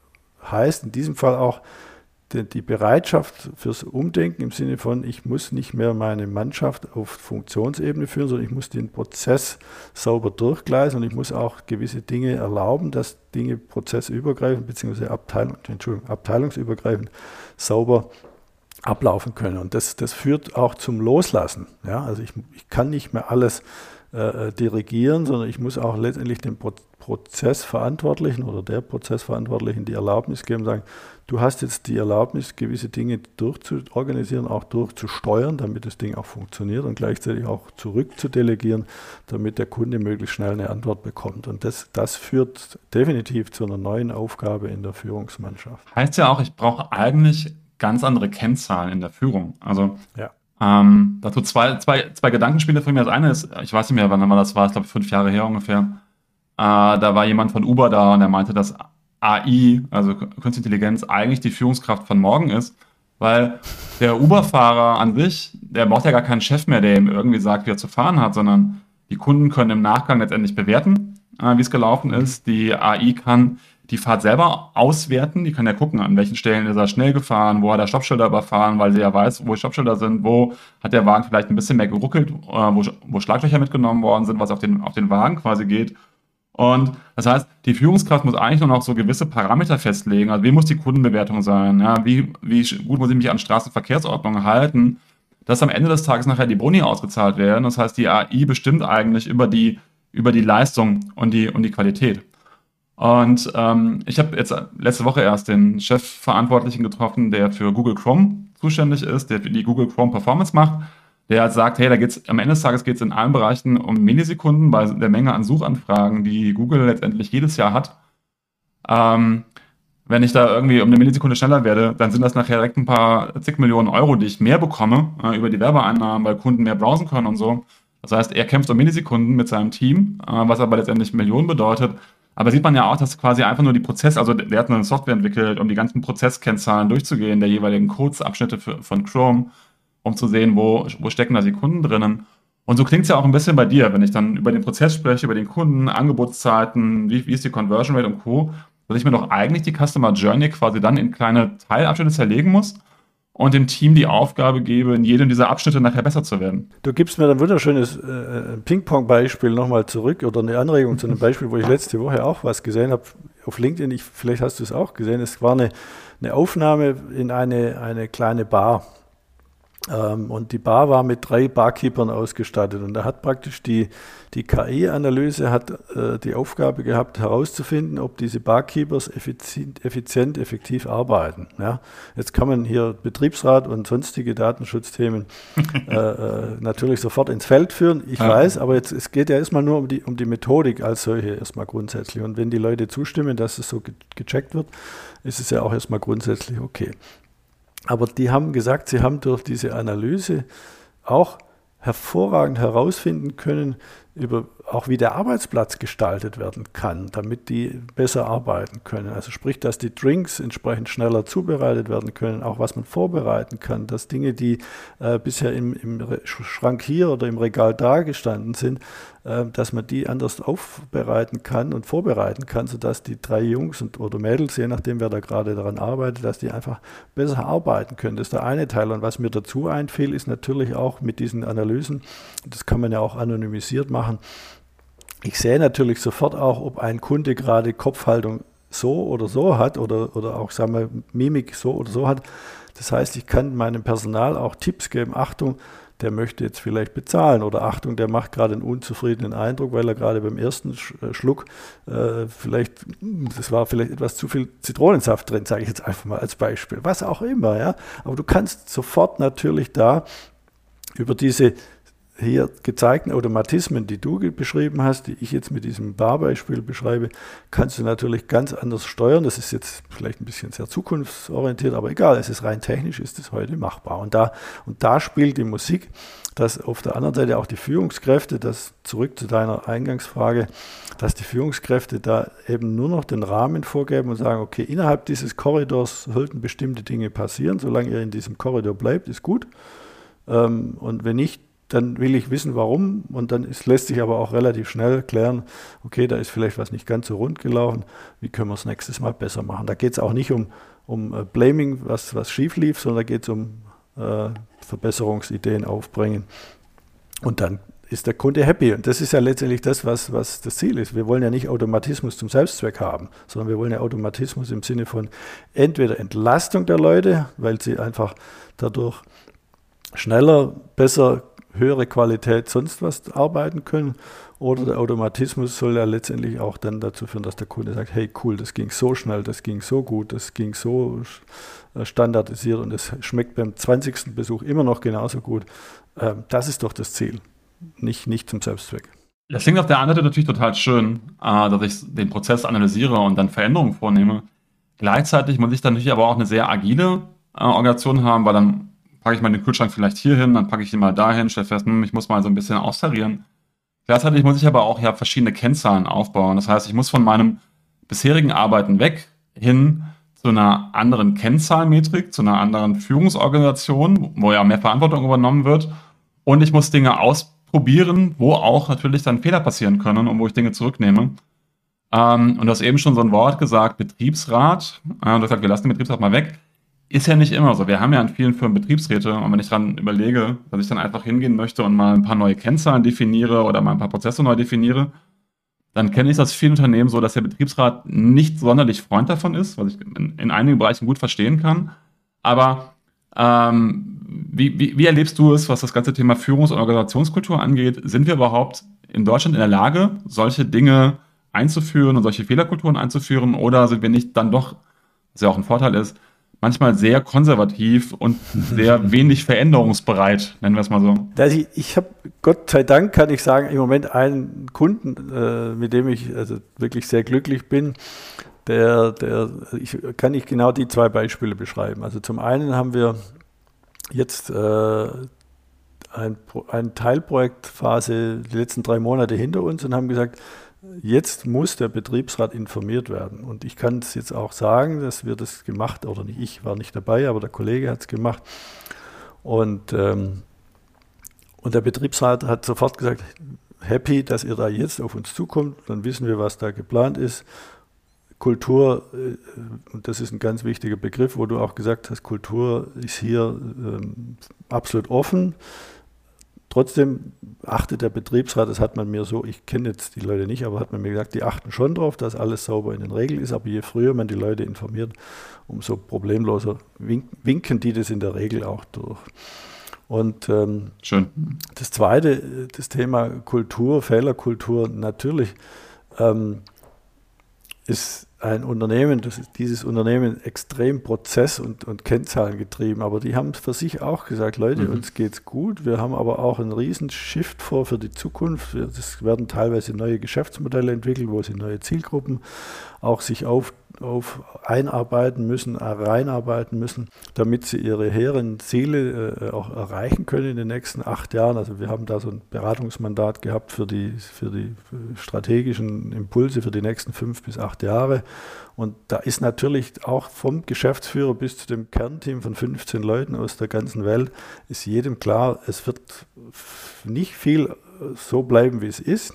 S3: heißt in diesem Fall auch die, die Bereitschaft fürs Umdenken im Sinne von, ich muss nicht mehr meine Mannschaft auf Funktionsebene führen, sondern ich muss den Prozess sauber durchgleisen, und ich muss auch gewisse Dinge erlauben, dass Dinge prozessübergreifend bzw. Abteilung, Entschuldigung, abteilungsübergreifend sauber ablaufen können. Und das, das führt auch zum Loslassen. Ja? Also ich, ich kann nicht mehr alles äh, dirigieren, sondern ich muss auch letztendlich dem Pro- Prozessverantwortlichen oder der Prozessverantwortlichen die Erlaubnis geben, sagen, du hast jetzt die Erlaubnis, gewisse Dinge durchzuorganisieren, auch durchzusteuern, damit das Ding auch funktioniert, und gleichzeitig auch zurückzudelegieren, damit der Kunde möglichst schnell eine Antwort bekommt. Und das, das führt definitiv zu einer neuen Aufgabe in der Führungsmannschaft.
S2: Heißt ja auch, ich brauche eigentlich ganz andere Kennzahlen in der Führung. Also
S3: ja.
S2: ähm, dazu zwei, zwei, zwei Gedankenspiele von mir. Das eine ist, ich weiß nicht mehr, wann das war, ich glaube fünf Jahre her ungefähr. Äh, da war jemand von Uber da und der meinte, dass A I, also Künstliche Intelligenz, eigentlich die Führungskraft von morgen ist, weil der Uber-Fahrer an sich, der braucht ja gar keinen Chef mehr, der ihm irgendwie sagt, wie er zu fahren hat, sondern die Kunden können im Nachgang letztendlich bewerten, äh, wie es gelaufen ist. Die A I kann die Fahrt selber auswerten, die kann ja gucken, an welchen Stellen ist er schnell gefahren, wo hat er Stoppschilder überfahren, weil sie ja weiß, wo Stoppschilder sind, wo hat der Wagen vielleicht ein bisschen mehr geruckelt, äh, wo, wo Schlaglöcher mitgenommen worden sind, was auf den, auf den Wagen quasi geht. Und das heißt, die Führungskraft muss eigentlich nur noch so gewisse Parameter festlegen. Also wie muss die Kundenbewertung sein? Ja, wie, wie gut muss ich mich an Straßenverkehrsordnungen halten? Dass am Ende des Tages nachher die Boni ausgezahlt werden. Das heißt, die A I bestimmt eigentlich über die, über die Leistung und die, und die Qualität. Und ähm, ich habe jetzt letzte Woche erst den Chefverantwortlichen getroffen, der für Google Chrome zuständig ist, der für die Google Chrome Performance macht. Der halt sagt, hey, da geht's am Ende des Tages geht es in allen Bereichen um Millisekunden bei der Menge an Suchanfragen, die Google letztendlich jedes Jahr hat. Ähm, wenn ich da irgendwie um eine Millisekunde schneller werde, dann sind das nachher direkt ein paar zig Millionen Euro, die ich mehr bekomme äh, über die Werbeeinnahmen, weil Kunden mehr browsen können und so. Das heißt, er kämpft um Millisekunden mit seinem Team, äh, was aber letztendlich Millionen bedeutet. Aber sieht man ja auch, dass quasi einfach nur die Prozess, also der hat eine Software entwickelt, um die ganzen Prozesskennzahlen durchzugehen, der jeweiligen Kurzabschnitte für, von Chrome, um zu sehen, wo, wo stecken da die Kunden drinnen. Und so klingt es ja auch ein bisschen bei dir, wenn ich dann über den Prozess spreche, über den Kunden, Angebotszeiten, wie, wie ist die Conversion Rate und Co., dass ich mir doch eigentlich die Customer Journey quasi dann in kleine Teilabschnitte zerlegen muss und dem Team die Aufgabe gebe, in jedem dieser Abschnitte nachher besser zu werden.
S3: Du gibst mir ein wunderschönes äh, Ping-Pong-Beispiel nochmal zurück oder eine Anregung zu einem Beispiel, wo ich letzte Woche auch was gesehen habe auf LinkedIn. Ich, vielleicht hast du es auch gesehen. Es war eine, eine Aufnahme in eine, eine kleine Bar. Ähm, und die Bar war mit drei Barkeepern ausgestattet. Und da hat praktisch die, die K I-Analyse hat äh, die Aufgabe gehabt, herauszufinden, ob diese Barkeepers effizient, effizient effektiv arbeiten. Ja? Jetzt kann man hier Betriebsrat und sonstige Datenschutzthemen äh, äh, natürlich sofort ins Feld führen. Ich ja. weiß, aber jetzt, es geht ja erstmal nur um die, um die Methodik als solche erstmal grundsätzlich. Und wenn die Leute zustimmen, dass es so ge- gecheckt wird, ist es ja auch erstmal grundsätzlich okay. Aber die haben gesagt, sie haben durch diese Analyse auch hervorragend herausfinden können, über auch wie der Arbeitsplatz gestaltet werden kann, damit die besser arbeiten können. Also sprich, dass die Drinks entsprechend schneller zubereitet werden können, auch was man vorbereiten kann, dass Dinge, die äh, bisher im, im Schrank hier oder im Regal da gestanden sind, äh, dass man die anders aufbereiten kann und vorbereiten kann, sodass die drei Jungs und, oder Mädels, je nachdem wer da gerade daran arbeitet, dass die einfach besser arbeiten können. Das ist der eine Teil. Und was mir dazu einfiel, ist natürlich auch mit diesen Analysen, das kann man ja auch anonymisiert machen, ich sehe natürlich sofort auch, ob ein Kunde gerade Kopfhaltung so oder so hat oder, oder auch, sagen wir, Mimik so oder so hat. Das heißt, ich kann meinem Personal auch Tipps geben, Achtung, der möchte jetzt vielleicht bezahlen oder Achtung, der macht gerade einen unzufriedenen Eindruck, weil er gerade beim ersten Schluck äh, vielleicht, das war vielleicht etwas zu viel Zitronensaft drin, sage ich jetzt einfach mal als Beispiel, was auch immer. Ja. Aber du kannst sofort natürlich da über diese hier gezeigten Automatismen, die du beschrieben hast, die ich jetzt mit diesem Barbeispiel beschreibe, kannst du natürlich ganz anders steuern. Das ist jetzt vielleicht ein bisschen sehr zukunftsorientiert, aber egal, es ist rein technisch, ist es heute machbar. Und da, und da spielt die Musik, dass auf der anderen Seite auch die Führungskräfte, das zurück zu deiner Eingangsfrage, dass die Führungskräfte da eben nur noch den Rahmen vorgeben und sagen, okay, innerhalb dieses Korridors sollten bestimmte Dinge passieren, solange ihr in diesem Korridor bleibt, ist gut. Und wenn nicht, dann will ich wissen, warum, und dann ist, lässt sich aber auch relativ schnell klären, okay, da ist vielleicht was nicht ganz so rund gelaufen, wie können wir es nächstes Mal besser machen. Da geht es auch nicht um, um uh, Blaming, was, was schief lief, sondern da geht es um uh, Verbesserungsideen aufbringen und dann ist der Kunde happy. Und das ist ja letztendlich das, was, was das Ziel ist. Wir wollen ja nicht Automatismus zum Selbstzweck haben, sondern wir wollen ja Automatismus im Sinne von entweder Entlastung der Leute, weil sie einfach dadurch schneller, besser, höhere Qualität, sonst was arbeiten können. Oder der Automatismus soll ja letztendlich auch dann dazu führen, dass der Kunde sagt, hey cool, das ging so schnell, das ging so gut, das ging so standardisiert und es schmeckt beim zwanzigsten Besuch immer noch genauso gut. Das ist doch das Ziel, nicht, nicht zum Selbstzweck.
S2: Das klingt auf der einen Seite natürlich total schön, dass ich den Prozess analysiere und dann Veränderungen vornehme. Gleichzeitig muss ich dann natürlich aber auch eine sehr agile Organisation haben, weil dann packe ich mal den Kühlschrank vielleicht hier hin, dann packe ich ihn mal dahin, stelle fest, hm, ich muss mal so ein bisschen austarieren. Gleichzeitig muss ich aber auch ja verschiedene Kennzahlen aufbauen. Das heißt, ich muss von meinem bisherigen Arbeiten weg hin zu einer anderen Kennzahlenmetrik, zu einer anderen Führungsorganisation, wo ja mehr Verantwortung übernommen wird. Und ich muss Dinge ausprobieren, wo auch natürlich dann Fehler passieren können und wo ich Dinge zurücknehme. Ähm, und du hast eben schon so ein Wort gesagt, Betriebsrat. Äh, du hast gesagt, wir lassen den Betriebsrat mal weg. Ist ja nicht immer so. Wir haben ja in vielen Firmen Betriebsräte und wenn ich dran überlege, dass ich dann einfach hingehen möchte und mal ein paar neue Kennzahlen definiere oder mal ein paar Prozesse neu definiere, dann kenne ich das vielen Unternehmen so, dass der Betriebsrat nicht sonderlich Freund davon ist, was ich in, in einigen Bereichen gut verstehen kann. Aber ähm, wie, wie, wie erlebst du es, was das ganze Thema Führungs- und Organisationskultur angeht? Sind wir überhaupt in Deutschland in der Lage, solche Dinge einzuführen und solche Fehlerkulturen einzuführen? Oder sind wir nicht dann doch, was ja auch ein Vorteil ist, manchmal sehr konservativ und sehr wenig veränderungsbereit, nennen wir es mal so?
S3: Also ich, ich habe, Gott sei Dank kann ich sagen, im Moment einen Kunden, äh, mit dem ich also wirklich sehr glücklich bin, der, der, ich kann ich genau die zwei Beispiele beschreiben. Also zum einen haben wir jetzt äh, ein, eine Teilprojektphase die letzten drei Monate hinter uns und haben gesagt, jetzt muss der Betriebsrat informiert werden. Und ich kann es jetzt auch sagen, dass wir das gemacht, oder nicht ich war nicht dabei, aber der Kollege hat es gemacht. Und, ähm, und der Betriebsrat hat sofort gesagt, happy, dass ihr da jetzt auf uns zukommt, dann wissen wir, was da geplant ist. Kultur, und das ist ein ganz wichtiger Begriff, wo du auch gesagt hast, Kultur ist hier ähm, absolut offen. Trotzdem achtet der Betriebsrat, das hat man mir so, ich kenne jetzt die Leute nicht, aber hat man mir gesagt, die achten schon drauf, dass alles sauber in den Regeln ist, aber je früher man die Leute informiert, umso problemloser wink, winken die das in der Regel auch durch. Und ähm,
S2: Schön.
S3: Das Zweite, das Thema Kultur, Fehlerkultur, natürlich ähm, ist ein Unternehmen, das ist dieses Unternehmen extrem Prozess- und, und Kennzahlen getrieben, aber die haben für sich auch gesagt, Leute, mhm. uns geht's gut, wir haben aber auch einen riesen Shift vor für die Zukunft. Es werden teilweise neue Geschäftsmodelle entwickelt, wo sie neue Zielgruppen auch sich auf, auf einarbeiten müssen, reinarbeiten müssen, damit sie ihre hehren Ziele äh, auch erreichen können in den nächsten acht Jahren. Also wir haben da so ein Beratungsmandat gehabt für die, für die strategischen Impulse für die nächsten fünf bis acht Jahre. Und da ist natürlich auch vom Geschäftsführer bis zu dem Kernteam von fünfzehn Leuten aus der ganzen Welt, ist jedem klar, es wird nicht viel so bleiben, wie es ist.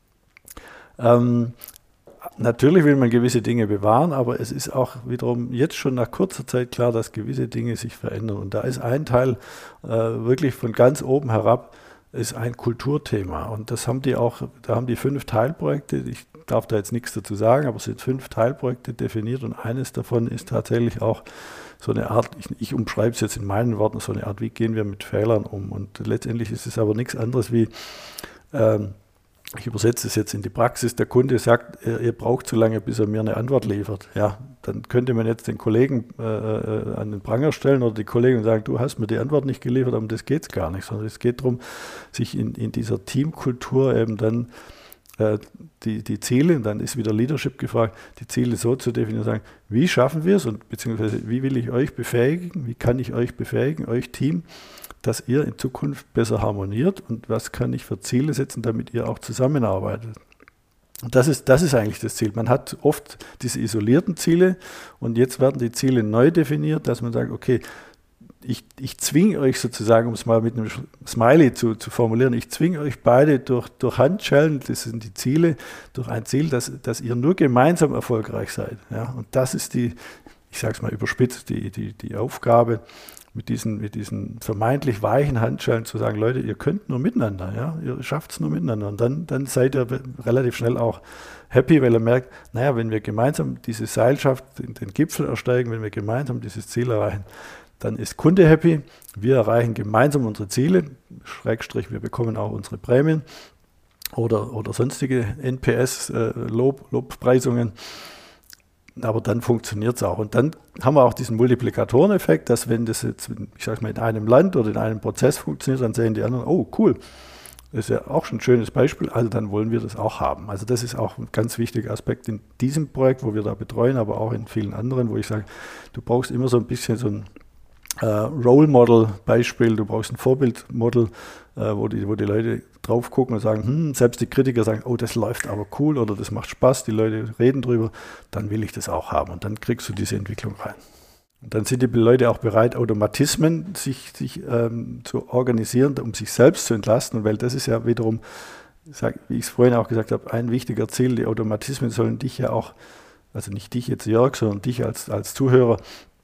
S3: Ähm, Natürlich will man gewisse Dinge bewahren, aber es ist auch wiederum jetzt schon nach kurzer Zeit klar, dass gewisse Dinge sich verändern. Und da ist ein Teil äh, wirklich von ganz oben herab, ist ein Kulturthema. Und das haben die auch, da haben die fünf Teilprojekte, ich darf da jetzt nichts dazu sagen, aber es sind fünf Teilprojekte definiert und eines davon ist tatsächlich auch so eine Art, ich, ich umschreibe es jetzt in meinen Worten, so eine Art, wie gehen wir mit Fehlern um. Und letztendlich ist es aber nichts anderes wie, ähm, ich übersetze es jetzt in die Praxis, der Kunde sagt, ihr, ihr braucht zu lange, bis er mir eine Antwort liefert. Ja, dann könnte man jetzt den Kollegen äh, an den Pranger stellen oder die Kollegen sagen, du hast mir die Antwort nicht geliefert, aber das geht gar nicht, sondern es geht darum, sich in, in dieser Teamkultur eben dann äh, die, die Ziele, und dann ist wieder Leadership gefragt, die Ziele so zu definieren, sagen, wie schaffen wir es und beziehungsweise wie will ich euch befähigen, wie kann ich euch befähigen, euch Team, dass ihr in Zukunft besser harmoniert und was kann ich für Ziele setzen, damit ihr auch zusammenarbeitet. Und das ist, das ist eigentlich das Ziel. Man hat oft diese isolierten Ziele und jetzt werden die Ziele neu definiert, dass man sagt, okay, ich, ich zwinge euch sozusagen, um es mal mit einem Smiley zu, zu formulieren, ich zwinge euch beide durch, durch Handschellen, das sind die Ziele, durch ein Ziel, dass, dass ihr nur gemeinsam erfolgreich seid. Ja? Und das ist die, ich sage es mal überspitzt, die, die, die Aufgabe, mit diesen, mit diesen vermeintlich weichen Handschellen zu sagen, Leute, ihr könnt nur miteinander, ja, ihr schafft es nur miteinander. Und dann, dann seid ihr relativ schnell auch happy, weil ihr merkt, naja, wenn wir gemeinsam diese Seilschaft, den, den Gipfel ersteigen, wenn wir gemeinsam dieses Ziel erreichen, dann ist Kunde happy, wir erreichen gemeinsam unsere Ziele, Schrägstrich, wir bekommen auch unsere Prämien oder, oder sonstige N P S, äh, Lob, Lobpreisungen. Aber dann funktioniert es auch. Und dann haben wir auch diesen Multiplikatoreneffekt, dass wenn das jetzt, ich sage mal, in einem Land oder in einem Prozess funktioniert, dann sehen die anderen, oh cool, das ist ja auch schon ein schönes Beispiel, also dann wollen wir das auch haben. Also das ist auch ein ganz wichtiger Aspekt in diesem Projekt, wo wir da betreuen, aber auch in vielen anderen, wo ich sage, du brauchst immer so ein bisschen so ein äh, Role Model Beispiel, du brauchst ein Vorbildmodel, äh, wo, die, wo die Leute drauf gucken und sagen, hm, selbst die Kritiker sagen, oh, das läuft aber cool oder das macht Spaß, die Leute reden drüber, dann will ich das auch haben und dann kriegst du diese Entwicklung rein. Und dann sind die Leute auch bereit, Automatismen sich, sich ähm, zu organisieren, um sich selbst zu entlasten, weil das ist ja wiederum, wie ich es vorhin auch gesagt habe, ein wichtiger Ziel, die Automatismen sollen dich ja auch, also nicht dich jetzt Jörg, sondern dich als, als Zuhörer,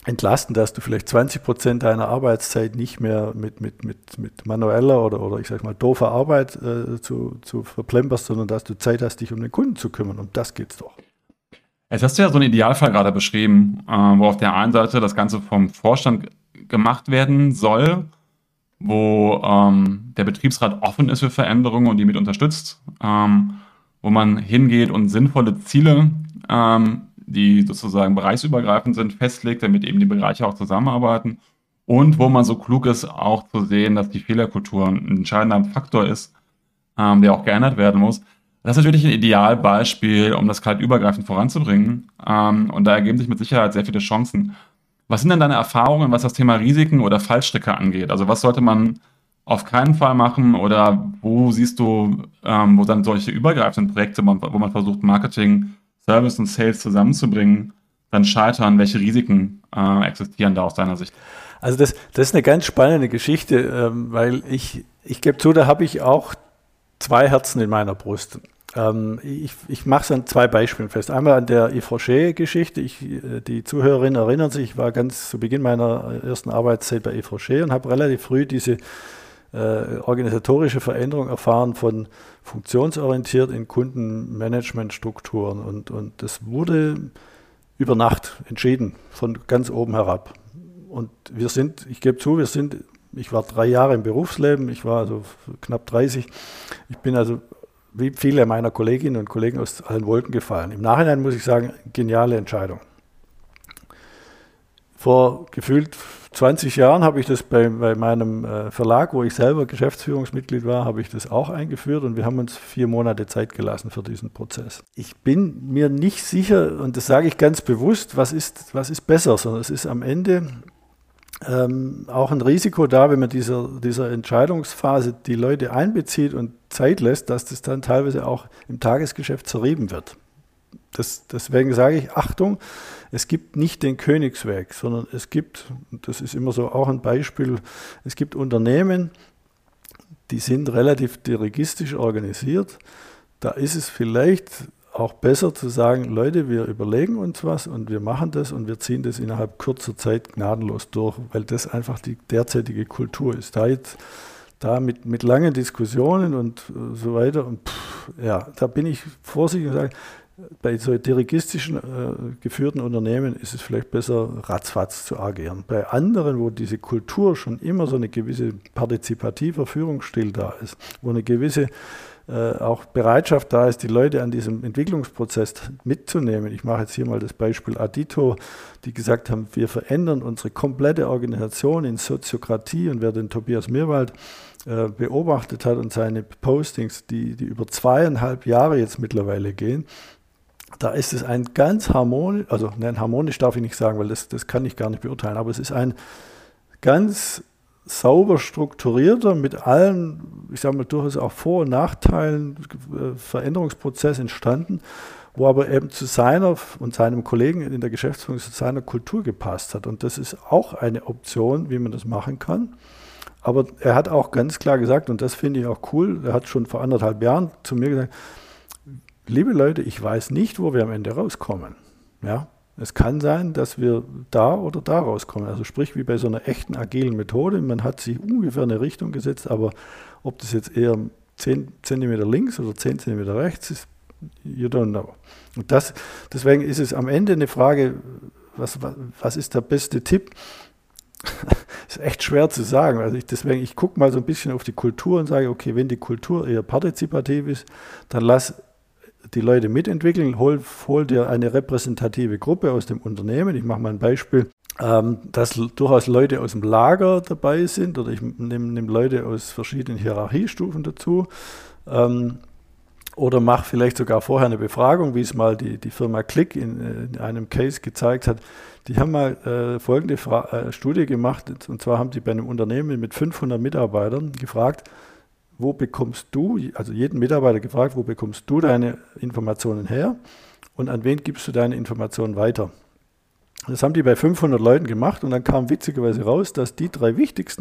S3: entlasten, dass du vielleicht zwanzig Prozent deiner Arbeitszeit nicht mehr mit, mit, mit, mit manueller oder, oder ich sag mal doofer Arbeit äh, zu, zu verplemperst, sondern dass du Zeit hast, dich um den Kunden zu kümmern. Um das geht's doch.
S2: Jetzt hast du ja so einen Idealfall gerade beschrieben, äh, wo auf der einen Seite das Ganze vom Vorstand gemacht werden soll, wo ähm, der Betriebsrat offen ist für Veränderungen und die mit unterstützt, ähm, wo man hingeht und sinnvolle Ziele, ähm, die sozusagen bereichsübergreifend sind, festlegt, damit eben die Bereiche auch zusammenarbeiten und wo man so klug ist, auch zu sehen, dass die Fehlerkultur ein entscheidender Faktor ist, ähm, der auch geändert werden muss. Das ist natürlich ein Idealbeispiel, um das kalt übergreifend voranzubringen, ähm, und da ergeben sich mit Sicherheit sehr viele Chancen. Was sind denn deine Erfahrungen, was das Thema Risiken oder Fallstricke angeht? Also was sollte man auf keinen Fall machen oder wo siehst du, ähm, wo dann solche übergreifenden Projekte, wo man versucht, Marketing, Service und Sales zusammenzubringen, dann scheitern? Welche Risiken äh, existieren da aus deiner Sicht?
S3: Also das, das ist eine ganz spannende Geschichte, ähm, weil ich, ich gebe zu, da habe ich auch zwei Herzen in meiner Brust. Ähm, ich ich mache es an zwei Beispielen fest. Einmal an der Yves Rocher-Geschichte. Ich, die Zuhörerinnen erinnern sich, ich war ganz zu Beginn meiner ersten Arbeitszeit bei Yves Rocher und habe relativ früh diese äh, organisatorische Veränderung erfahren von funktionsorientiert in Kundenmanagementstrukturen. Und, und das wurde über Nacht entschieden, von ganz oben herab. Und wir sind, ich gebe zu, wir sind, ich war drei Jahre im Berufsleben, ich war also knapp dreißig. Ich bin also wie viele meiner Kolleginnen und Kollegen aus allen Wolken gefallen. Im Nachhinein muss ich sagen, geniale Entscheidung. Vor gefühlt zwanzig Jahren habe ich das bei, bei meinem äh, Verlag, wo ich selber Geschäftsführungsmitglied war, habe ich das auch eingeführt und wir haben uns vier Monate Zeit gelassen für diesen Prozess. Ich bin mir nicht sicher, und das sage ich ganz bewusst, was ist, was ist besser, sondern es ist am Ende ähm, auch ein Risiko da, wenn man dieser, dieser Entscheidungsphase die Leute einbezieht und Zeit lässt, dass das dann teilweise auch im Tagesgeschäft zerrieben wird. Das, deswegen sage ich, Achtung, es gibt nicht den Königsweg, sondern es gibt, das ist immer so auch ein Beispiel, es gibt Unternehmen, die sind relativ dirigistisch organisiert. Da ist es vielleicht auch besser zu sagen, Leute, wir überlegen uns was und wir machen das und wir ziehen das innerhalb kurzer Zeit gnadenlos durch, weil das einfach die derzeitige Kultur ist. Da jetzt Da mit, mit langen Diskussionen und so weiter, und pff, ja, da bin ich vorsichtig und sage, bei so dirigistischen äh, geführten Unternehmen ist es vielleicht besser, ratzfatz zu agieren. Bei anderen, wo diese Kultur schon immer so eine gewisse partizipativer Führungsstil da ist, wo eine gewisse äh, auch Bereitschaft da ist, die Leute an diesem Entwicklungsprozess mitzunehmen. Ich mache jetzt hier mal das Beispiel Adito, die gesagt haben, wir verändern unsere komplette Organisation in Soziokratie, und wer den Tobias Mirwald äh, beobachtet hat und seine Postings, die, die über zweieinhalb Jahre jetzt mittlerweile gehen, da ist es ein ganz harmonisch, also nein, harmonisch darf ich nicht sagen, weil das, das kann ich gar nicht beurteilen, aber es ist ein ganz sauber strukturierter, mit allen, ich sage mal, durchaus auch Vor- und Nachteilen, äh, Veränderungsprozess entstanden, wo aber eben zu seiner und seinem Kollegen in der Geschäftsführung zu seiner Kultur gepasst hat. Und das ist auch eine Option, wie man das machen kann. Aber er hat auch ganz klar gesagt, und das finde ich auch cool, er hat schon vor anderthalb Jahren zu mir gesagt, liebe Leute, ich weiß nicht, wo wir am Ende rauskommen. Ja, es kann sein, dass wir da oder da rauskommen. Also sprich wie bei so einer echten agilen Methode. Man hat sich ungefähr eine Richtung gesetzt, aber ob das jetzt eher zehn Zentimeter links oder zehn Zentimeter rechts ist, you don't know. Und das, deswegen ist es am Ende eine Frage, was, was, was ist der beste Tipp? Ist echt schwer zu sagen. Also ich, deswegen, ich gucke mal so ein bisschen auf die Kultur und sage, okay, wenn die Kultur eher partizipativ ist, dann lass die Leute mitentwickeln, hol, hol dir eine repräsentative Gruppe aus dem Unternehmen. Ich mache mal ein Beispiel, ähm, dass durchaus Leute aus dem Lager dabei sind, oder ich nehme nehm Leute aus verschiedenen Hierarchiestufen dazu, ähm, oder mache vielleicht sogar vorher eine Befragung, wie es mal die, die Firma Click in, in einem Case gezeigt hat. Die haben mal äh, folgende Fra- äh, Studie gemacht, und zwar haben die bei einem Unternehmen mit fünfhundert Mitarbeitern gefragt, wo bekommst du, also jeden Mitarbeiter gefragt, wo bekommst du deine Informationen her und an wen gibst du deine Informationen weiter? Das haben die bei fünfhundert Leuten gemacht, und dann kam witzigerweise raus, dass die drei wichtigsten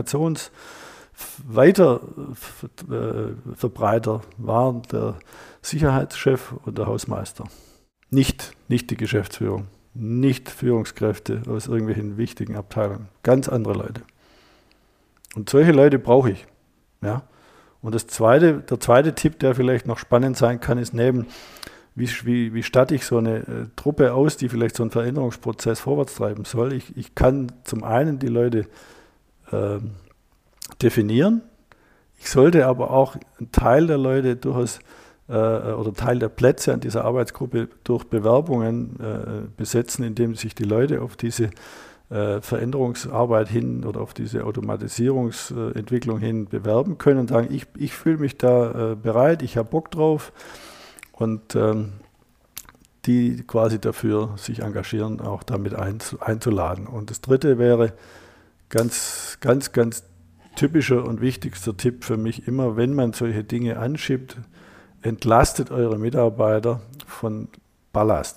S3: Kommunikationsweiterverbreiter waren der Sicherheitschef und der Hausmeister. Nicht, nicht die Geschäftsführung. nicht Führungskräfte aus irgendwelchen wichtigen Abteilungen. Ganz andere Leute. Und solche Leute brauche ich. Ja? Und das zweite, der zweite Tipp, der vielleicht noch spannend sein kann, ist neben, wie, wie, wie statte ich so eine äh, Truppe aus, die vielleicht so einen Veränderungsprozess vorwärts treiben soll. Ich, ich kann zum einen die Leute äh, definieren. Ich sollte aber auch einen Teil der Leute durchaus oder Teil der Plätze an dieser Arbeitsgruppe durch Bewerbungen äh, besetzen, indem sich die Leute auf diese äh, Veränderungsarbeit hin oder auf diese Automatisierungsentwicklung hin bewerben können und sagen, ich, ich fühle mich da äh, bereit, ich habe Bock drauf und ähm, die quasi dafür sich engagieren, auch damit einzu, einzuladen. Und das Dritte wäre ganz, ganz, ganz typischer und wichtigster Tipp für mich immer, wenn man solche Dinge anschiebt, entlastet eure Mitarbeiter von Ballast.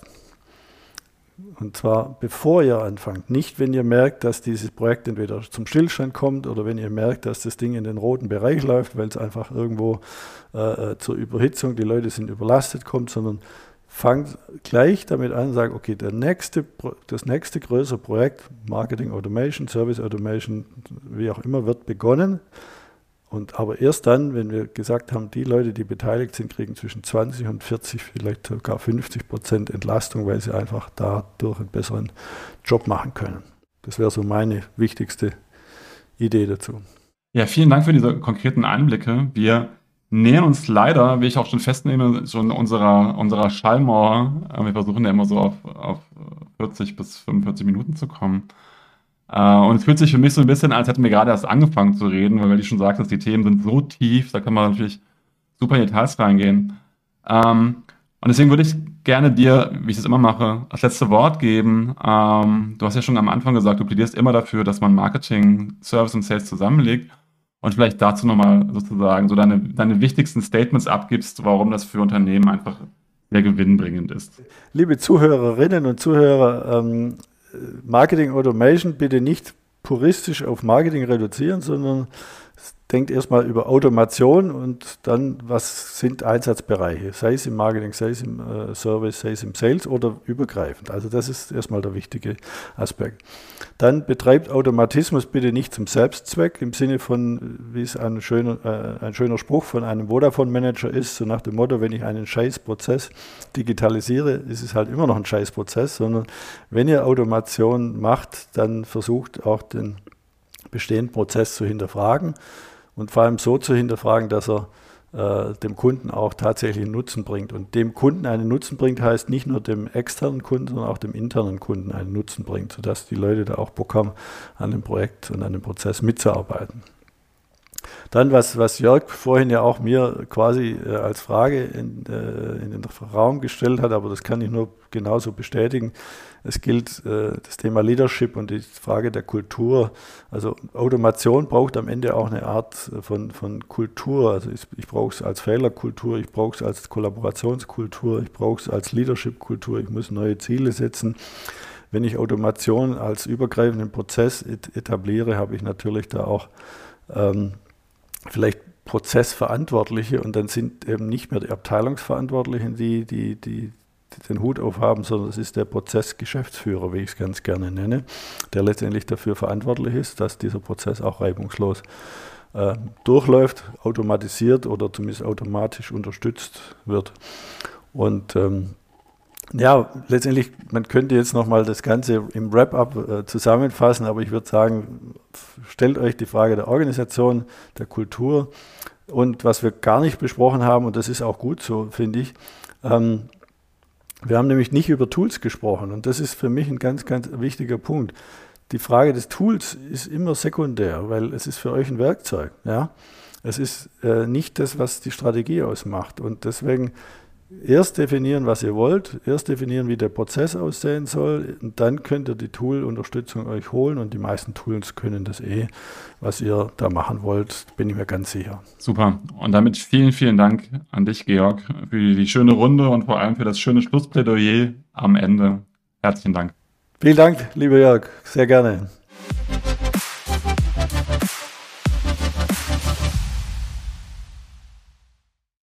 S3: Und zwar bevor ihr anfangt, nicht wenn ihr merkt, dass dieses Projekt entweder zum Stillstand kommt oder wenn ihr merkt, dass das Ding in den roten Bereich läuft, weil es einfach irgendwo äh, zur Überhitzung, die Leute sind überlastet, kommt, sondern fangt gleich damit an und sagt, okay, der nächste, das nächste größere Projekt, Marketing Automation, Service Automation, wie auch immer, wird begonnen. Und aber erst dann, wenn wir gesagt haben, die Leute, die beteiligt sind, kriegen zwischen zwanzig und vierzig, vielleicht sogar fünfzig Prozent Entlastung, weil sie einfach dadurch einen besseren Job machen können. Das wäre so meine wichtigste Idee dazu.
S2: Ja, vielen Dank für diese konkreten Einblicke. Wir nähern uns leider, wie ich auch schon festnehme, schon unserer, unserer Schallmauer. Wir versuchen ja immer so auf, auf vierzig bis fünfundvierzig Minuten zu kommen. Und es fühlt sich für mich so ein bisschen, als hätten wir gerade erst angefangen zu reden, weil, wie du schon sagtest, die Themen sind so tief, da kann man natürlich super in Details reingehen. Und deswegen würde ich gerne dir, wie ich das immer mache, das letzte Wort geben. Du hast ja schon am Anfang gesagt, du plädierst immer dafür, dass man Marketing, Service und Sales zusammenlegt und vielleicht dazu nochmal sozusagen so deine, deine wichtigsten Statements abgibst, warum das für Unternehmen einfach sehr gewinnbringend ist.
S3: Liebe Zuhörerinnen und Zuhörer, ähm Marketing Automation bitte nicht puristisch auf Marketing reduzieren, sondern denkt erstmal über Automation und dann, was sind Einsatzbereiche, sei es im Marketing, sei es im äh, Service, sei es im Sales oder übergreifend. Also das ist erstmal der wichtige Aspekt. Dann betreibt Automatismus bitte nicht zum Selbstzweck, im Sinne von, wie es ein schöner, äh, ein schöner Spruch von einem Vodafone-Manager ist, so nach dem Motto, wenn ich einen Scheißprozess digitalisiere, ist es halt immer noch ein Scheißprozess, sondern wenn ihr Automation macht, dann versucht auch den bestehenden Prozess zu hinterfragen und vor allem so zu hinterfragen, dass er äh, dem Kunden auch tatsächlich einen Nutzen bringt. Und dem Kunden einen Nutzen bringt, heißt nicht nur dem externen Kunden, sondern auch dem internen Kunden einen Nutzen bringt, sodass die Leute da auch Bock haben, an dem Projekt und an dem Prozess mitzuarbeiten. Dann, was, was Jörg vorhin ja auch mir quasi äh, als Frage in, äh, in den Raum gestellt hat, aber das kann ich nur genauso bestätigen. Es gilt äh, das Thema Leadership und die Frage der Kultur. Also Automation braucht am Ende auch eine Art von, von Kultur. Also ich, ich brauche es als Fehlerkultur, ich brauche es als Kollaborationskultur, ich brauche es als Leadership-Kultur, ich muss neue Ziele setzen. Wenn ich Automation als übergreifenden Prozess et- etabliere, habe ich natürlich da auch ähm, vielleicht Prozessverantwortliche und dann sind eben nicht mehr die Abteilungsverantwortlichen, die, die, die, die den Hut aufhaben, sondern es ist der Prozessgeschäftsführer, wie ich es ganz gerne nenne, der letztendlich dafür verantwortlich ist, dass dieser Prozess auch reibungslos äh, durchläuft, automatisiert oder zumindest automatisch unterstützt wird. Und ähm, ja, letztendlich, man könnte jetzt nochmal das Ganze im Wrap-up äh, zusammenfassen, aber ich würde sagen, stellt euch die Frage der Organisation, der Kultur und was wir gar nicht besprochen haben, und das ist auch gut so, finde ich, ähm, wir haben nämlich nicht über Tools gesprochen und das ist für mich ein ganz, ganz wichtiger Punkt. Die Frage des Tools ist immer sekundär, weil es ist für euch ein Werkzeug. Ja? Es ist äh, nicht das, was die Strategie ausmacht und deswegen erst definieren, was ihr wollt, erst definieren, wie der Prozess aussehen soll und dann könnt ihr die Tool-Unterstützung euch holen und die meisten Tools können das eh, was ihr da machen wollt, bin ich mir ganz sicher.
S2: Super. Und damit vielen, vielen Dank an dich, Georg, für die schöne Runde und vor allem für das schöne Schlussplädoyer am Ende. Herzlichen Dank.
S3: Vielen Dank, lieber Jörg. Sehr gerne.